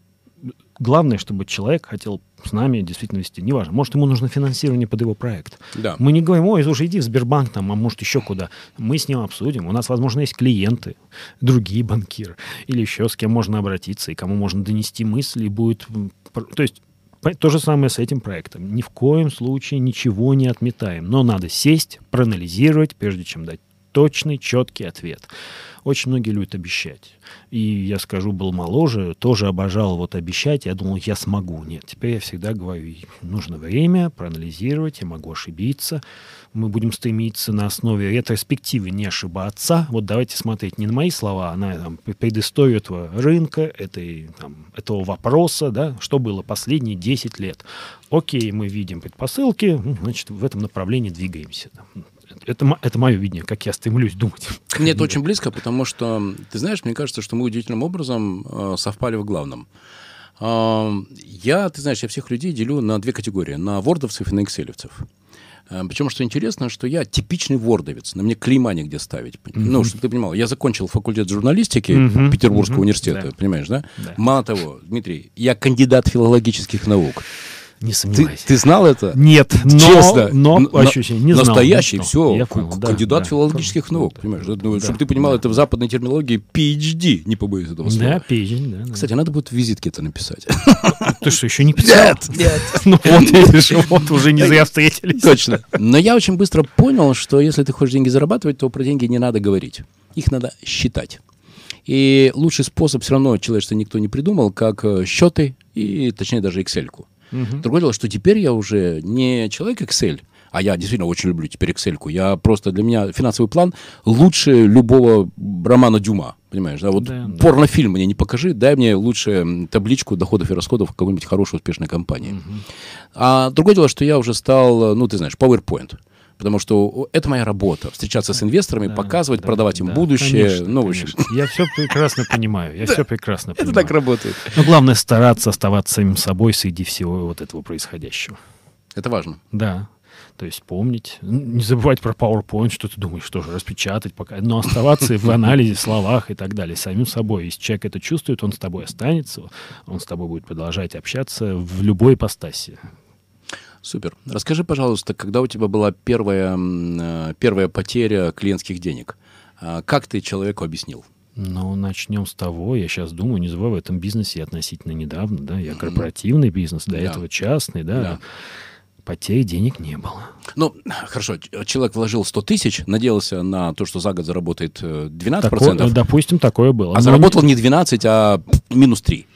Главное, чтобы человек хотел с нами действительно вести. Неважно, может, ему нужно финансирование под его проект. Да. Мы не говорим: ой, слушай, иди в Сбербанк, там, а может, еще куда. Мы с ним обсудим. У нас, возможно, есть клиенты, другие банкиры, или еще с кем можно обратиться, и кому можно донести мысли, и будет... То есть то же самое с этим проектом. Ни в коем случае ничего не отметаем. Но надо сесть, проанализировать, прежде чем дать точный, четкий ответ. Очень многие любят обещать. И я скажу, был моложе, тоже обожал вот обещать. Я думал, я смогу. Нет, теперь я всегда говорю, нужно время проанализировать, я могу ошибиться. Мы будем стремиться на основе ретроспективы не ошибаться. Вот давайте смотреть не на мои слова, а на там, предысторию этого рынка, этой, там, этого вопроса, да, что было последние десять лет. Окей, мы видим предпосылки, значит, в этом направлении двигаемся. Это, это мое видение, как я стремлюсь думать. Мне это очень близко, потому что, ты знаешь, мне кажется, что мы удивительным образом э, совпали в главном. Э, я, ты знаешь, я всех людей делю на две категории, на вордовцев и на экселевцев. Э, причем, что интересно, что я типичный вордовец, на мне клейма нигде ставить. Mm-hmm. Ну, чтобы ты понимал, я закончил факультет журналистики mm-hmm. Петербургского mm-hmm. университета, да. Понимаешь, да? да? Мало того, Дмитрий, я кандидат филологических наук. Не сомневайся. Ты, ты знал это? Нет, но, честно, но, но ощущение, не знал. Настоящий, все, я понял, да, кандидат да, филологических да, наук, да, понимаешь? Да, ну, да, чтобы ты понимал, да. это в западной терминологии пи эйч ди, не побоюсь этого слова. Да, пи эйч ди, да. Кстати, надо будет в визитке это написать. Ты что, еще не писал? Нет, нет. Ну вот, видишь, вот уже не зря встретились. Точно. Но я очень быстро понял, что если ты хочешь деньги зарабатывать, то про деньги не надо говорить. Их надо считать. И лучший способ все равно, человечество никто не придумал, как счеты и, точнее, даже Excel-ку. Угу. Другое дело, что теперь я уже не человек Excel, а я действительно очень люблю теперь Excel-ку. Я просто, для меня финансовый план лучше любого романа Дюма, понимаешь? Да? Вот да, порнофильм да. мне не покажи, дай мне лучше табличку доходов и расходов какой-нибудь хорошей, успешной компании. Угу. А другое дело, что я уже стал, ну, ты знаешь, PowerPoint. Потому что это моя работа. Встречаться с инвесторами, да, продавать, да, продавать им да, будущее. Конечно, ну, в общем. Я все прекрасно понимаю. Я все прекрасно понимаю. Это так работает. Но главное стараться оставаться самим собой среди всего вот этого происходящего. Это важно. Да. То есть помнить, не забывать про PowerPoint, что ты думаешь, что же, распечатать пока. Но оставаться в анализе, словах и так далее, самим собой. Если человек это чувствует, он с тобой останется, он с тобой будет продолжать общаться в любой ипостаси. Супер. Расскажи, пожалуйста, когда у тебя была первая, первая потеря клиентских денег, как ты человеку объяснил? Ну, начнем с того, я сейчас думаю, не забывай, в этом бизнесе я относительно недавно, да, я корпоративный бизнес, до да. этого частный, да, да. Потерь денег не было. Ну, хорошо, человек вложил сто тысяч, надеялся на то, что за год заработает двенадцать процентов. Такое, допустим, такое было. А заработал не двенадцать, а минус три.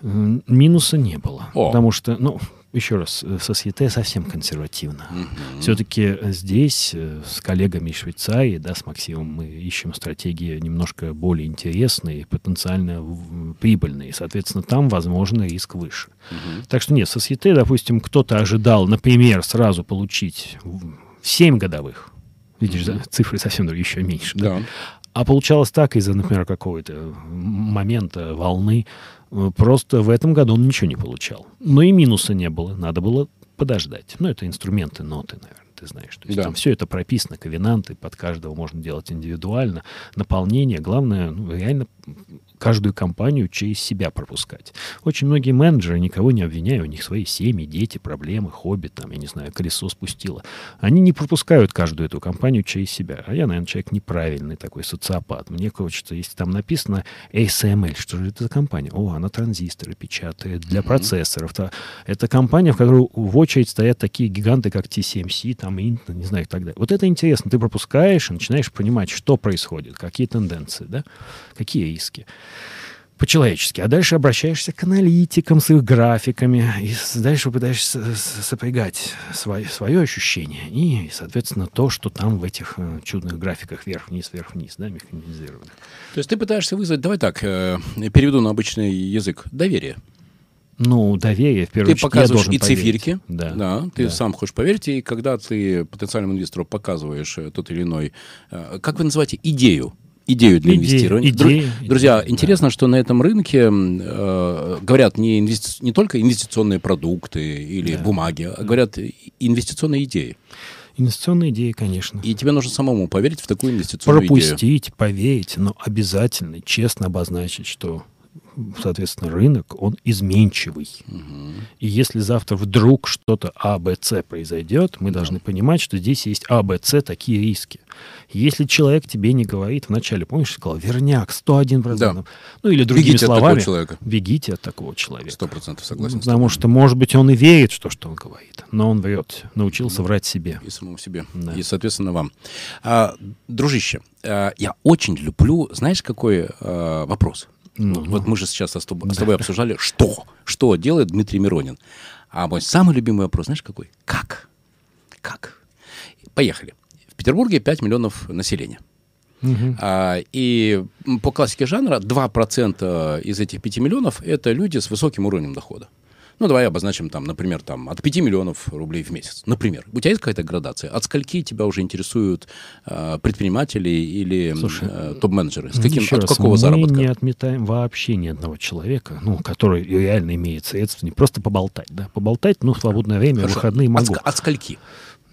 Минуса не было, О. потому что, ну... Еще раз, Société совсем консервативно. Mm-hmm. Все-таки здесь с коллегами из Швейцарии, да, с Максимом, мы ищем стратегии немножко более интересные, потенциально прибыльные. Соответственно, там, возможно, риск выше. Mm-hmm. Так что нет, Société, допустим, кто-то ожидал, например, сразу получить семь годовых. Видишь, mm-hmm. да, цифры совсем еще меньше. Да? Да. А получалось так из-за, например, какого-то момента, волны. Просто в этом году он ничего не получал. Но и минуса не было. Надо было подождать. Ну, это инструменты, ноты, наверное, ты знаешь. То есть да. там все это прописано, ковенанты, под каждого можно делать индивидуально. Наполнение. Главное, ну, реально каждую компанию через себя пропускать. Очень многие менеджеры, никого не обвиняю, у них свои семьи, дети, проблемы, хобби, там, я не знаю, колесо спустило. Они не пропускают каждую эту компанию через себя. А я, наверное, человек неправильный такой, социопат. Мне хочется, если там написано эс эм эль, что же это за компания? О, она транзисторы печатает для mm-hmm. процессоров. Это компания, в которой в очередь стоят такие гиганты, как ти си эм си, там, Intel, не знаю, и так далее. Вот это интересно. Ты пропускаешь и начинаешь понимать, что происходит, какие тенденции, да, какие риски. По-человечески. А дальше обращаешься к аналитикам с их графиками, и дальше пытаешься сопрягать свое, свое ощущение и, соответственно, то, что там в этих чудных графиках вверх-вниз, вверх-вниз, да, механизированных. То есть ты пытаешься вызвать, давай так, э, переведу на обычный язык, доверие. Ну, доверие, в первую очередь, я должен поверить. Ты показываешь и циферки, да, да, ты да. сам хочешь поверить, и когда ты потенциальному инвестору показываешь тот или иной, э, как вы называете, идею, идею для идея, инвестирования. Идея, Друзья, идея, интересно, да. что на этом рынке э, говорят не, инвести... не только инвестиционные продукты или да. бумаги, а говорят инвестиционные идеи. Инвестиционные идеи, конечно. И тебе нужно самому поверить в такую инвестиционную Пропустить, идею. Пропустить, поверить, но обязательно честно обозначить, что соответственно, рынок, он изменчивый. Угу. И если завтра вдруг что-то А, Б, С произойдет, мы да. должны понимать, что здесь есть А, Б, С, такие риски. Если человек тебе не говорит вначале, помнишь, сказал, верняк, сто один процент. Да. Ну, или другими бегите словами, от такого человека. Бегите от такого человека. Сто процентов согласен. Потому что, может быть, он и верит в то, что он говорит, но он врет, научился врать себе. И самому себе. Да. И, соответственно, вам. А, дружище, а, я очень люблю, знаешь, какой а, вопрос? Ну, вот мы же сейчас с тобой, да. с тобой обсуждали, что? Что делает Дмитрий Миронин? А мой самый любимый вопрос, знаешь, какой? Как? Как? Поехали. В Петербурге пять миллионов населения. Uh-huh. А, и по классике жанра два процента из этих пяти миллионов это люди с высоким уровнем дохода. Ну, давай обозначим, там, например, там, от пяти миллионов рублей в месяц. Например. У тебя есть какая-то градация? От скольки тебя уже интересуют э, предприниматели или э, топ-менеджеры? С каким, от раз, какого мы заработка? Мы не отметаем вообще ни одного человека, ну, который реально имеет средства, не просто поболтать. Да? Поболтать, ну, в свободное время, в выходные могу. От, от скольки?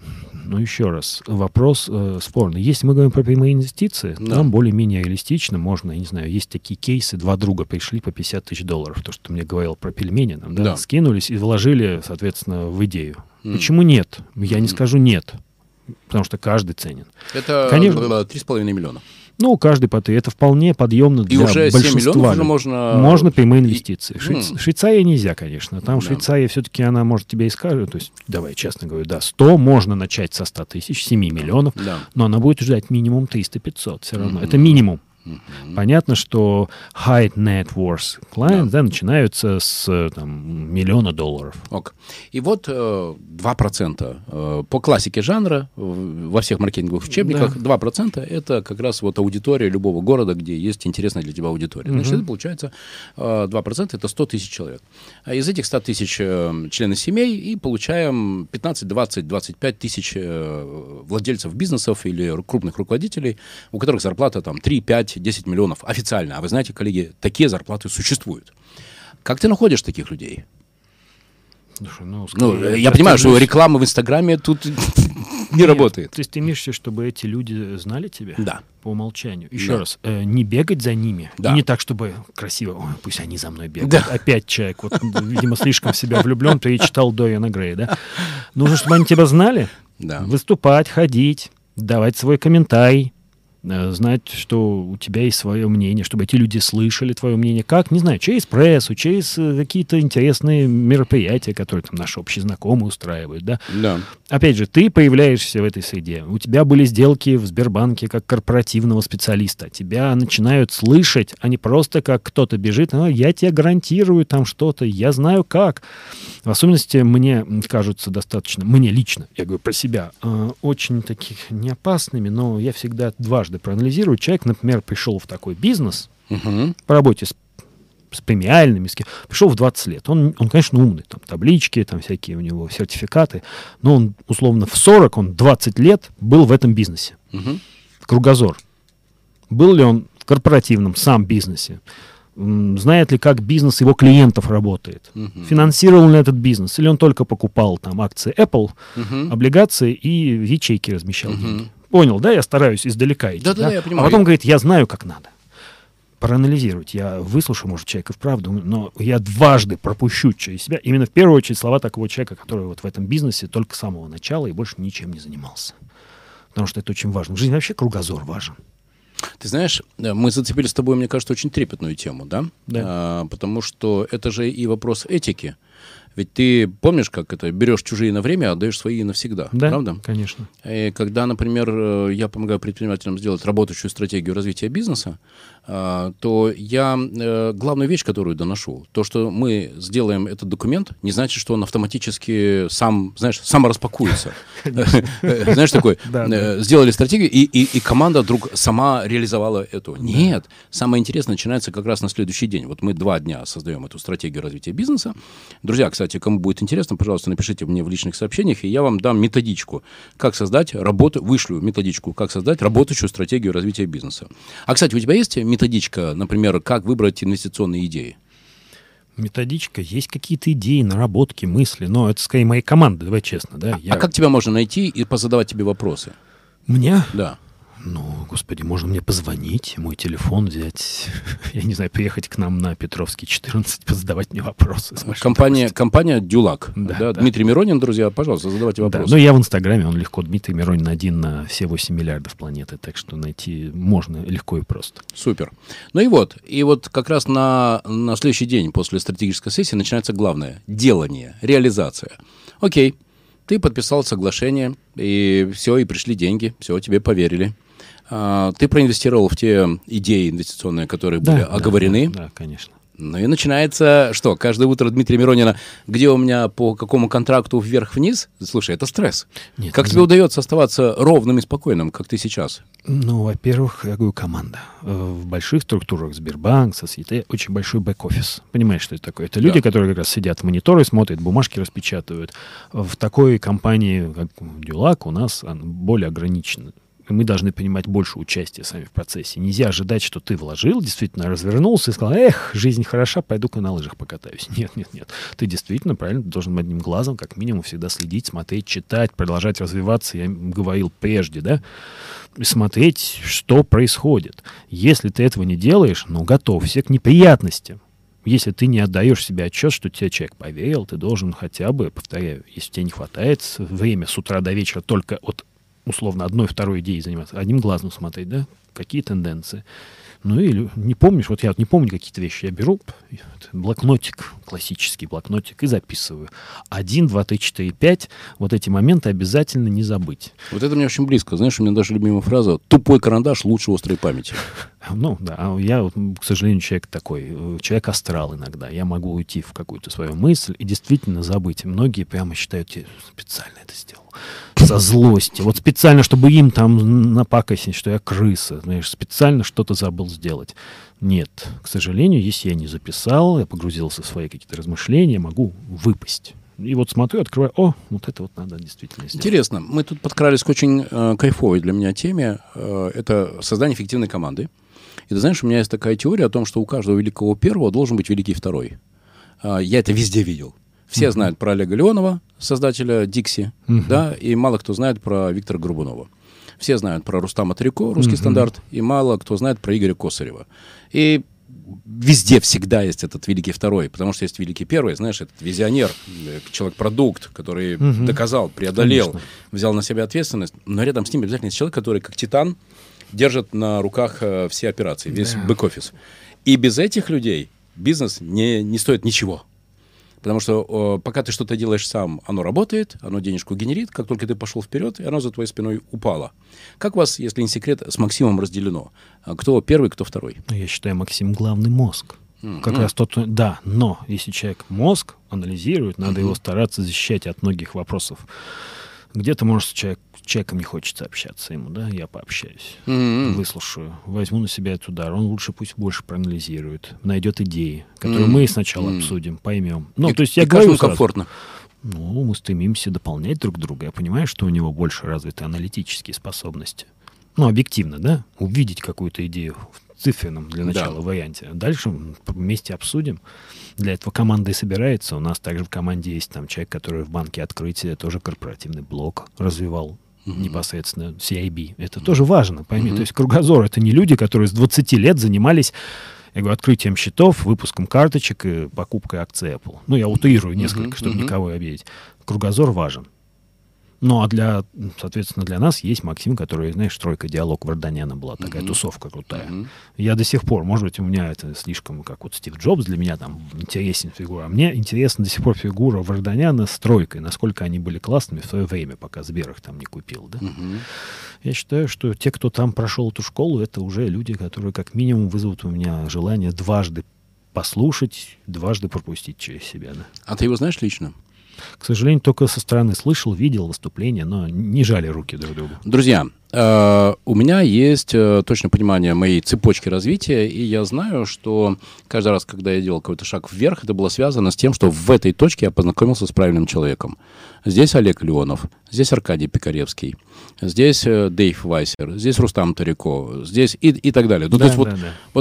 Ну, еще раз, вопрос э, спорный. Если мы говорим про прямые инвестиции, да. там более-менее реалистично можно, я не знаю, есть такие кейсы, два друга пришли по пятьдесят тысяч долларов, то, что ты мне говорил про пельмени, нам, да, да. скинулись и вложили, соответственно, в идею. Mm. Почему нет? Я не скажу нет, потому что каждый ценен. Это Конечно, три с половиной миллиона. Ну, каждый по три. Это вполне подъемно для и уже большинства. семь миллионов уже можно... Можно прямые инвестиции. И... Швейц... Mm. Швейцария нельзя, конечно. Там да. Швейцария все-таки, она может тебе и скажет, то есть, давай честно говорю, да, сто можно начать со ста тысяч, семи миллионов, да. но она будет ждать минимум триста-пятьсот все равно. Mm-hmm. Это минимум. Mm-hmm. Понятно, что high net worth clients да. Да, начинаются с там, миллиона долларов. Ок. И вот э, два процента э, по классике жанра во всех маркетинговых учебниках да. два процента это как раз вот аудитория любого города, где есть интересная для тебя аудитория. Mm-hmm. Значит, это получается э, два процента это сто тысяч человек. А из этих ста тысяч э, члены семей и получаем пятнадцать, двадцать, двадцать пять тысяч э, владельцев бизнесов или крупных руководителей, у которых зарплата там три, пять, десять миллионов официально. А вы знаете, коллеги, такие зарплаты существуют. Как ты находишь таких людей? Слушай, ну, ну, я понимаю, что реклама в Инстаграме тут не работает. То есть ты имеешь в виду, чтобы эти люди знали тебя? Да. По умолчанию. Еще раз, не бегать за ними. И не так, чтобы красиво, ой, пусть они за мной бегают. Опять человек, вот, видимо, слишком в себя влюблен, ты и читал Дориана Грея, да? Нужно, чтобы они тебя знали, выступать, ходить, давать свой комментарий, знать, что у тебя есть свое мнение, чтобы эти люди слышали твое мнение. Как? Не знаю, через прессу, через какие-то интересные мероприятия, которые там наши общие знакомые устраивают, да? Да. Опять же, ты появляешься в этой среде. У тебя были сделки в Сбербанке как корпоративного специалиста. Тебя начинают слышать, а не просто как кто-то бежит, а, я тебе гарантирую там что-то, я знаю как. В особенности мне кажутся достаточно, мне лично, я говорю про себя, очень таких неопасными, но я всегда дважды проанализирую. Человек, например, пришел в такой бизнес uh-huh. по работе с, с премиальными, с кем, пришел в двадцать лет. Он, он, конечно, умный. Там таблички, там всякие у него сертификаты. Но он, условно, в сорок, он двадцать лет был в этом бизнесе. Uh-huh. Кругозор. Был ли он в корпоративном сам бизнесе? Знает ли, как бизнес его клиентов работает? Uh-huh. Финансировал ли этот бизнес? Или он только покупал там акции Apple, uh-huh. облигации и в ячейки размещал uh-huh. деньги? Понял, да? Я стараюсь издалека идти. Да, да, да? Да, я понимаю. А потом говорит, я знаю, как надо. Проанализировать. Я выслушаю, может, человека вправду, но я дважды пропущу через себя. Именно в первую очередь слова такого человека, который вот в этом бизнесе только с самого начала и больше ничем не занимался. Потому что это очень важно. В жизни вообще кругозор важен. Ты знаешь, мы зацепили с тобой, мне кажется, очень трепетную тему, да? Да. А, потому что это же и вопрос этики. Ведь ты помнишь, как это, берешь чужие на время, а отдаешь свои навсегда, да, правда? Конечно. И когда, например, я помогаю предпринимателям сделать работающую стратегию развития бизнеса, то я главную вещь, которую доношу, то, что мы сделаем этот документ, не значит, что он автоматически сам, знаешь, самораспакуется. Знаешь, такой, сделали стратегию, и команда вдруг сама реализовала эту. Нет, самое интересное начинается как раз на следующий день. Вот мы два дня создаем эту стратегию развития бизнеса. Друзья, кстати, кому будет интересно, пожалуйста, напишите мне в личных сообщениях, и я вам дам методичку, как создать работу, вышлю методичку, как создать работающую стратегию развития бизнеса. А, кстати, у тебя есть методичка, например, как выбрать инвестиционные идеи? Методичка, есть какие-то идеи, наработки, мысли, но это скорее моей команды, давай честно. Да? А, я... а как тебя можно найти и позадавать тебе вопросы? Мне? Да. Ну, господи, можно мне позвонить, мой телефон взять, я не знаю, приехать к нам на Петровский четырнадцать, позадавать мне вопросы. Компания, компания «Дюлак». Да, Да, да. Дмитрий Миронин, друзья, пожалуйста, задавайте Да, вопросы. ну я в Инстаграме, он легко, Дмитрий Миронин один на все восемь миллиардов планеты, так что найти можно легко и просто. Супер. Ну и вот, и вот как раз на, на следующий день после стратегической сессии начинается главное – делание, реализация. Окей, ты подписал соглашение, и все, и пришли деньги, все, тебе поверили. А, ты проинвестировал в те идеи инвестиционные, которые были Да, оговорены. Да, да, конечно. Ну и начинается что? Каждое утро Дмитрия Миронина, где у меня по какому контракту вверх-вниз? Слушай, это стресс. Нет, как не тебе знаю. удается оставаться ровным и спокойным, как ты сейчас? Ну, во-первых, я говорю, команда. Э, В больших структурах Сбербанк, Сосьете, очень большой бэк-офис. Понимаешь, что это такое? Это люди, Да. которые как раз сидят в мониторы, смотрят, бумажки распечатывают. В такой компании, как Дюлак, у нас она более ограничена. Мы должны принимать больше участия сами в процессе. Нельзя ожидать, что ты вложил, действительно развернулся и сказал, эх, жизнь хороша, пойду-ка на лыжах покатаюсь. Нет, нет, нет. Ты действительно правильно должен одним глазом, как минимум, всегда следить, смотреть, читать, продолжать развиваться. Я говорил прежде, да, смотреть, что происходит. Если ты этого не делаешь, ну, готовься к неприятностям. Если ты не отдаешь себе отчет, что тебе человек поверил, ты должен хотя бы, повторяю, если тебе не хватает время с утра до вечера только от условно одной, второй идеей заниматься, одним глазом смотреть, да, какие тенденции. Ну или не помнишь, вот я вот не помню какие-то вещи, я беру блокнотик, классический блокнотик и записываю. Один, два, три, четыре, пять, вот эти моменты обязательно не забыть. Вот это мне очень близко. Знаешь, у меня даже любимая фраза «тупой карандаш лучше острой памяти». Ну, да, а я, вот, к сожалению, человек такой, человек астрал иногда. Я могу уйти в какую-то свою мысль и действительно забыть. Многие прямо считают, я специально это сделал. Со злости. Вот специально, чтобы им там напакостить, что я крыса. Знаешь, специально что-то забыл сделать. Нет, к сожалению, если я не записал, я погрузился в свои какие-то размышления, могу выпасть. И вот смотрю, открываю, о, вот это вот надо действительно сделать. Интересно. Мы тут подкрались к очень э, кайфовой для меня теме. Э, это создание эффективной команды. И ты знаешь, у меня есть такая теория о том, что у каждого великого первого должен быть великий второй. Э, я это везде видел. Все uh-huh. знают про Олега Леонова, создателя Dixie, uh-huh. да, и мало кто знает про Виктора Горбунова. Все знают про Рустама Тарико, русский uh-huh. стандарт, и мало кто знает про Игоря Косарева. И везде всегда есть этот великий второй, потому что есть великий первый, знаешь, этот визионер, человек-продукт, который uh-huh. доказал, преодолел, Конечно. взял на себя ответственность, но рядом с ним обязательно есть человек, который, как титан, держит на руках э, все операции, весь yeah. бэк-офис. И без этих людей бизнес не, не стоит ничего. Потому что э, пока ты что-то делаешь сам, оно работает, оно денежку генерит. Как только ты пошел вперед, и оно за твоей спиной упало. Как у вас, если не секрет, с Максимом разделено? Кто первый, кто второй? Я считаю, Максим главный мозг. Mm-hmm. Как раз тот, да, но если человек мозг анализирует, надо mm-hmm. его стараться защищать от многих вопросов. Где-то, может, человек, человеком не хочется общаться ему, да, я пообщаюсь, mm-hmm. выслушаю, возьму на себя этот удар, он лучше пусть больше проанализирует, найдет идеи, которые mm-hmm. мы сначала mm-hmm. обсудим, поймем. Ну, и, то есть я и говорю каждому комфортно. Ну, мы стремимся дополнять друг друга. Я понимаю, что у него больше развиты аналитические способности. Ну, объективно, да, увидеть какую-то идею в циферном для начала да. варианте. Дальше вместе обсудим. Для этого команда и собирается. У нас также в команде есть там человек, который в банке открытия тоже корпоративный блок развивал uh-huh. непосредственно си ай би. Это uh-huh. тоже важно, пойми. Uh-huh. То есть кругозор — это не люди, которые с двадцати лет занимались, я говорю, открытием счетов, выпуском карточек и покупкой акций Apple. Ну, я утрирую несколько, uh-huh. чтобы uh-huh. никого обидеть. Кругозор важен. Ну, а для, соответственно, для нас есть Максим, который, знаешь, тройка диалог Варданяна была, такая uh-huh. тусовка крутая. Uh-huh. Я до сих пор, может быть, у меня это слишком, как вот Стив Джобс, для меня там интересен фигура. А мне интересна до сих пор фигура Варданяна с тройкой, насколько они были классными в свое время, пока Сбер их там не купил, да. Uh-huh. Я считаю, что те, кто там прошел эту школу, это уже люди, которые как минимум вызовут у меня желание дважды послушать, дважды пропустить через себя, да. А ты его знаешь лично? К сожалению, только со стороны слышал, видел выступления, но не жали руки друг другу. Друзья, э, у меня есть э, точное понимание моей цепочки развития, и я знаю, что каждый раз, когда я делал какой-то шаг вверх, это было связано с тем, что в этой точке я познакомился с правильным человеком. Здесь Олег Леонов, здесь Аркадий Пикаревский, здесь э, Дэйв Вайсер, здесь Рустам Тарико, здесь и, и так далее. Ну, да, то есть да, вот, да. вот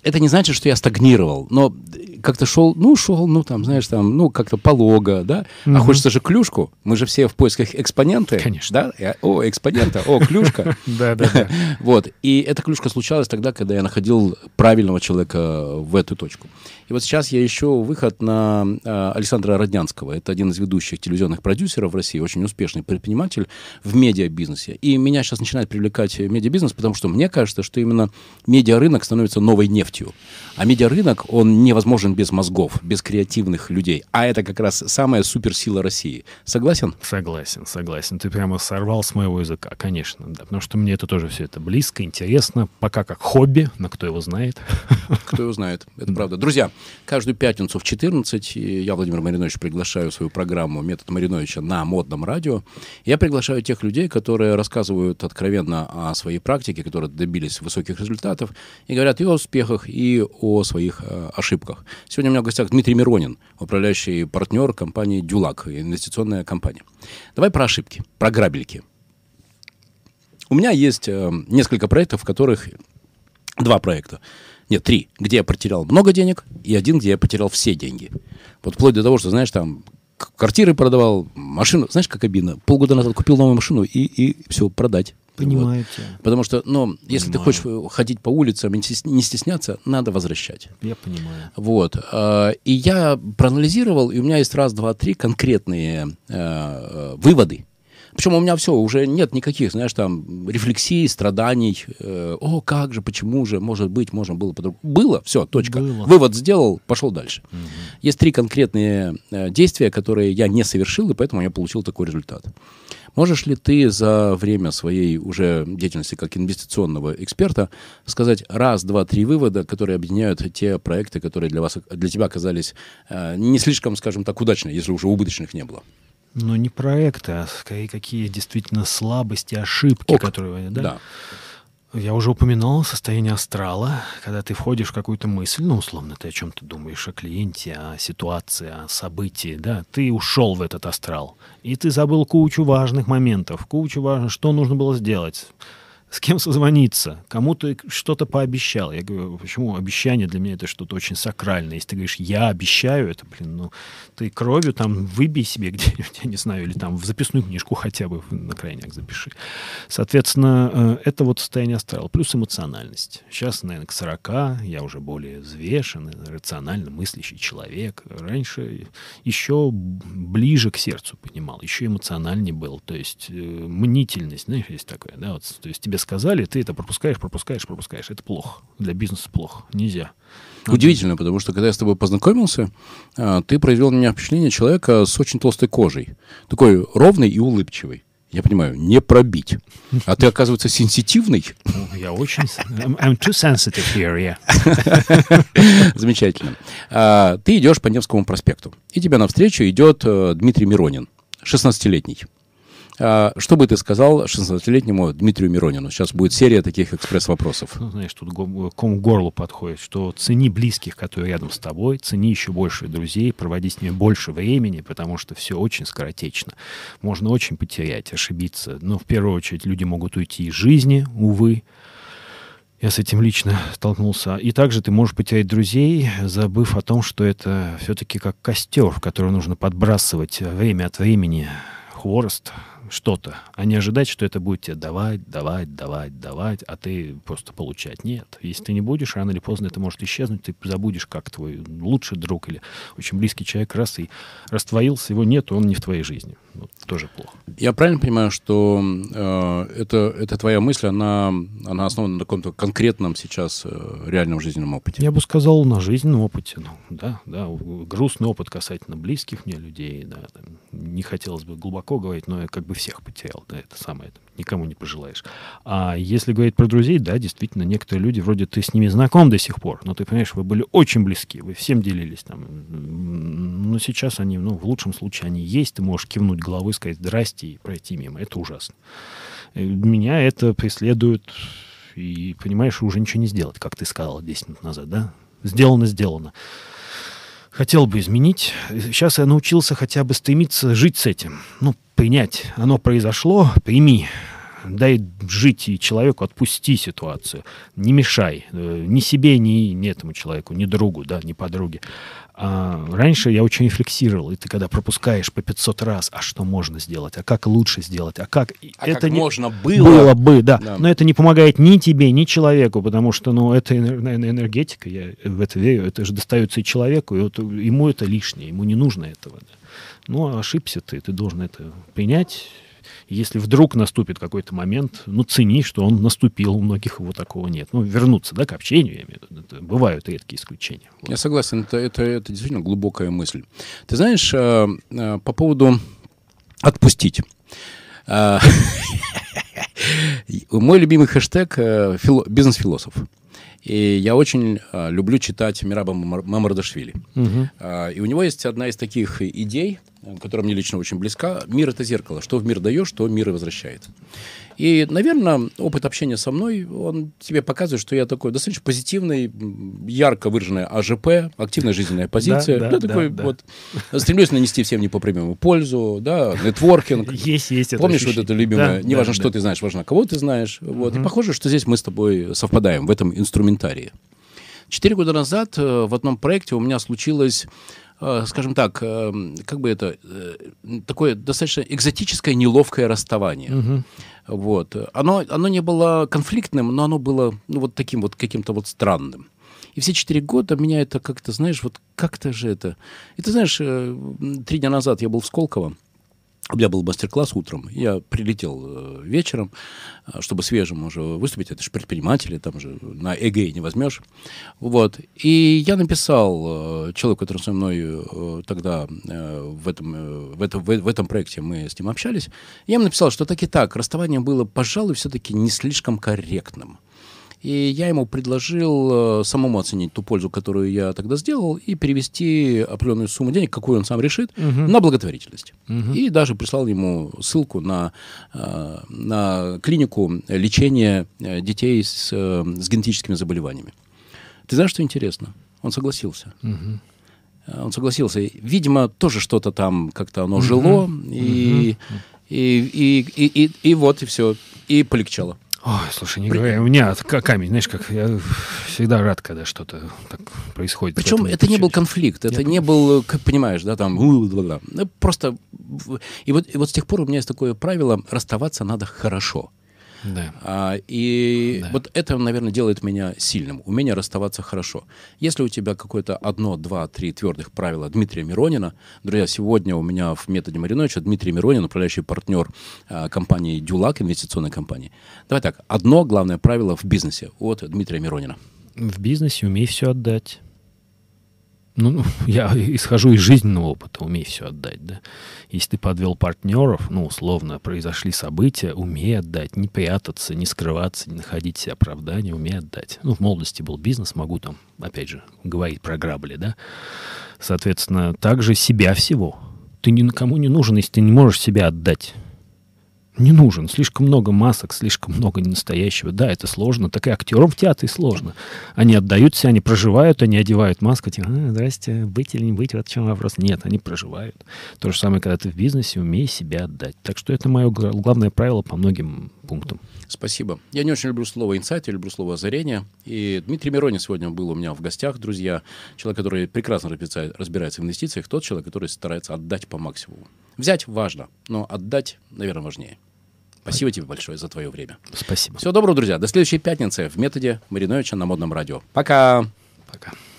это не значит, что я стагнировал, но как-то шел, ну, шел, ну, там, знаешь, там, ну, как-то полого, да, угу. А хочется же клюшку, мы же все в поисках экспоненты. Конечно. Да? О, экспонента, о, клюшка. Да-да-да. Вот, и эта клюшка случалась тогда, когда я находил правильного человека в эту точку. И вот сейчас я ищу выход на э, Александра Роднянского. Это один из ведущих телевизионных продюсеров в России, очень успешный предприниматель в медиабизнесе. И меня сейчас начинает привлекать медиабизнес, потому что мне кажется, что именно медиарынок становится новой нефтью. А медиарынок, он невозможен без мозгов, без креативных людей. А это как раз самая суперсила России. Согласен? Согласен, согласен. Ты прямо сорвал с моего языка, конечно. Да, потому что мне это тоже все это близко, интересно. Пока как хобби, но кто его знает. Кто его знает, это правда. Друзья, каждую пятницу в четырнадцать я, Владимир Маринович, приглашаю в свою программу «Метод Мариновича» на Модном радио. Я приглашаю тех людей, которые рассказывают откровенно о своей практике, которые добились высоких результатов, и говорят и о успехах, и о своих э, ошибках. Сегодня у меня в гостях Дмитрий Миронин, управляющий партнер компании «Дюлак», инвестиционная компания. Давай про ошибки, про грабельки. У меня есть э, несколько проектов, в которых... Два проекта. Нет, три. Где я потерял много денег, и один, где я потерял все деньги. Вот вплоть до того, что, знаешь, там, квартиры продавал, машину... Знаешь, как обидно? Полгода назад купил новую машину, и, и все, продать. Понимаете. Вот. Потому что, ну, если ты хочешь ходить по улицам и не стесняться, надо возвращать. Я понимаю. Вот. И я проанализировал, и у меня есть раз, два, три конкретные э, выводы. Причем у меня все, уже нет никаких, знаешь, там, рефлексий, страданий. Э, о, как же, почему же, может быть, можно было по-другому. Было, все, точка. Было. Вывод сделал, пошел дальше. Угу. Есть три конкретные э, действия, которые я не совершил, и поэтому я получил такой результат. Можешь ли ты за время своей уже деятельности как инвестиционного эксперта сказать раз, два, три вывода, которые объединяют те проекты, которые для вас, для тебя оказались э, не слишком, скажем так, удачными, если уже убыточных не было? Ну, не проекты, а скорее какие действительно слабости, ошибки, Ок. которые... Да? Да. Я уже упоминал состояние астрала, когда ты входишь в какую-то мысль, ну, условно, ты о чем-то думаешь, о клиенте, о ситуации, о событии, да, ты ушел в этот астрал, и ты забыл кучу важных моментов, кучу важных, что нужно было сделать, с кем созвониться, кому-то что-то пообещал. Я говорю, почему обещание для меня это что-то очень сакральное. Если ты говоришь, я обещаю, это, блин, ну, ты кровью там выбей себе где-нибудь, я не знаю, или там в записную книжку хотя бы на крайняк запиши. Соответственно, это вот состояние астрала. Плюс эмоциональность. Сейчас, наверное, к сорока я уже более взвешенный, рационально мыслящий человек. Раньше еще ближе к сердцу понимал, еще эмоциональнее был. То есть мнительность, знаешь, есть такое, да, вот, то есть тебе сказали, ты это пропускаешь, пропускаешь, пропускаешь. Это плохо. Для бизнеса плохо. Нельзя. Надо... Удивительно, потому что, когда я с тобой познакомился, ты произвел на меня впечатление человека с очень толстой кожей. Такой ровный и улыбчивый. Я понимаю, не пробить. А ты, оказывается, сенситивный. Я очень... I'm too sensitive here, yeah. Замечательно. Ты идешь по Невскому проспекту, и тебе навстречу идет Дмитрий Миронин, шестнадцатилетний. Что бы ты сказал шестнадцатилетнему Дмитрию Миронину? Сейчас будет серия таких экспресс-вопросов. Ну, знаешь, тут ком к горлу подходит, что цени близких, которые рядом с тобой, цени еще больше друзей, проводи с ними больше времени, потому что все очень скоротечно. Можно очень потерять, ошибиться. Но в первую очередь люди могут уйти из жизни, увы. Я с этим лично столкнулся. И также ты можешь потерять друзей, забыв о том, что это все-таки как костер, в который нужно подбрасывать время от времени хворост, что-то, а не ожидать, что это будет тебе давать, давать, давать, давать, а ты просто получать. Нет. Если ты не будешь, рано или поздно это может исчезнуть, ты забудешь, как твой лучший друг или очень близкий человек раз и растворился, его нет, он не в твоей жизни. Вот, тоже плохо. Я правильно понимаю, что э, это, это твоя мысль, она, она основана на каком-то конкретном сейчас э, реальном жизненном опыте? Я бы сказал, на жизненном опыте. Ну, да, да, грустный опыт касательно близких мне людей. Да, там, не хотелось бы глубоко говорить, но я как бы всех потерял, да, это самое, это никому не пожелаешь. А если говорить про друзей, да, действительно, некоторые люди, вроде ты с ними знаком до сих пор, но ты понимаешь, вы были очень близки, вы всем делились там, но сейчас они, ну, в лучшем случае они есть, ты можешь кивнуть головой, сказать «здрасте» и пройти мимо, это ужасно. Меня это преследует, и, понимаешь, уже ничего не сделать, как ты сказал десять минут назад, да, сделано, сделано. Хотел бы изменить. Сейчас я научился хотя бы стремиться жить с этим. Ну, принять. Оно произошло, прими. дай жить и человеку, отпусти ситуацию, не мешай, ни себе, ни, ни этому человеку, ни другу, да, ни подруге. А раньше я очень рефлексировал, и ты когда пропускаешь по пятьсот раз, а что можно сделать, а как лучше сделать, а как... А это как не... можно было? Было бы, да. да. Но это не помогает ни тебе, ни человеку, потому что, ну, это, наверное, энергетика, я в это верю, это же достается и человеку, и вот ему это лишнее, ему не нужно этого. Да. Ну, ошибся ты, ты должен это принять. Если вдруг наступит какой-то момент, ну, цени, что он наступил, у многих его такого нет. Ну, вернуться, да, к общению, я имею в виду. Это бывают редкие исключения. Вот. Я согласен, это, это, это действительно глубокая мысль. Ты знаешь, э, э, по поводу отпустить. Э, мой любимый хэштег э, фило, бизнес-философ. И я очень э, люблю читать Мераба Мамардашвили. Угу. Э, и у него есть одна из таких идей, которая мне лично очень близка. Мир — это зеркало. Что в мир даешь, то мир и возвращает. И, наверное, опыт общения со мной, он тебе показывает, что я такой достаточно позитивный, ярко выраженная АЖП, активная жизненная позиция. Да, да, да, такой да, вот, да. Стремлюсь нанести всем непоправимую пользу, да, нетворкинг. Есть, есть это Помнишь ощущение. Вот это любимое? Да, неважно, да, что да. ты знаешь, важно, кого ты знаешь. Вот. Угу. И похоже, что здесь мы с тобой совпадаем в этом инструментарии. Четыре года назад в одном проекте у меня случилось, скажем так, как бы это, такое достаточно экзотическое, неловкое расставание. Угу. Вот. Оно, оно не было конфликтным, но оно было, ну, вот таким вот каким-то вот странным. И все четыре года меня это как-то, знаешь, вот как-то же это... И ты знаешь, три дня назад я был в Сколково. У меня был мастер-класс утром. Я прилетел вечером, чтобы свежим уже выступить. Это же предприниматели, там же на эгей не возьмешь. Вот. И я написал человеку, который со мной тогда в этом, в этом, в этом проекте мы с ним общались. Я ему написал, что так и так, расставание было, пожалуй, все-таки не слишком корректным. И я ему предложил самому оценить ту пользу, которую я тогда сделал, и перевести определенную сумму денег, какую он сам решит, uh-huh. на благотворительность. Uh-huh. И даже прислал ему ссылку на, на клинику лечения детей с, с генетическими заболеваниями. Ты знаешь, что интересно? Он согласился. Uh-huh. Он согласился. Видимо, тоже что-то там как-то оно uh-huh. жило, и, uh-huh. и, и, и, и, и вот, и все. И полегчало. Ой, слушай, не говори, у меня камень, знаешь, как я всегда рад, когда что-то так происходит. Причем это не был конфликт, это я не был, как понимаешь, да, там, просто, и вот, и вот с тех пор у меня есть такое правило, расставаться надо хорошо. Да. А, и да. вот это, наверное, делает меня сильным. Умение расставаться хорошо. Если у тебя какое-то одно, два, три твердых правила Дмитрия Миронина, друзья, сегодня у меня в методе Мариновича Дмитрий Миронин, управляющий партнер а, компании «Дюлак», инвестиционной компании. Давай так, одно главное правило в бизнесе от Дмитрия Миронина. В бизнесе умей все отдать. Ну, я исхожу из жизненного опыта, умей все отдать, да. Если ты подвел партнеров, ну, условно, произошли события, умей отдать, не прятаться, не скрываться, не находить себе оправдания, умей отдать. Ну, в молодости был бизнес, могу там, опять же, говорить про грабли, да. Соответственно, также себя всего. Ты никому не нужен, если ты не можешь себя отдать. Не нужен. Слишком много масок, слишком много ненастоящего. Да, это сложно. Так и актерам в театре сложно. Они отдаются, они проживают, они одевают маску. Типа, а, здрасте, быть или не быть, вот в чем вопрос. Нет, они проживают. То же самое, когда ты в бизнесе, умей себя отдать. Так что это мое главное правило по многим пунктам. Спасибо. Я не очень люблю слово «инсайт», я люблю слово «озарение». И Дмитрий Миронин сегодня был у меня в гостях, друзья. Человек, который прекрасно разбирается в инвестициях, тот человек, который старается отдать по максимуму. Взять важно, но отдать, наверное, важнее. Спасибо тебе большое за твое время. Спасибо. Всего доброго, друзья. До следующей пятницы в методе Мариновича на Модном радио. Пока. Пока.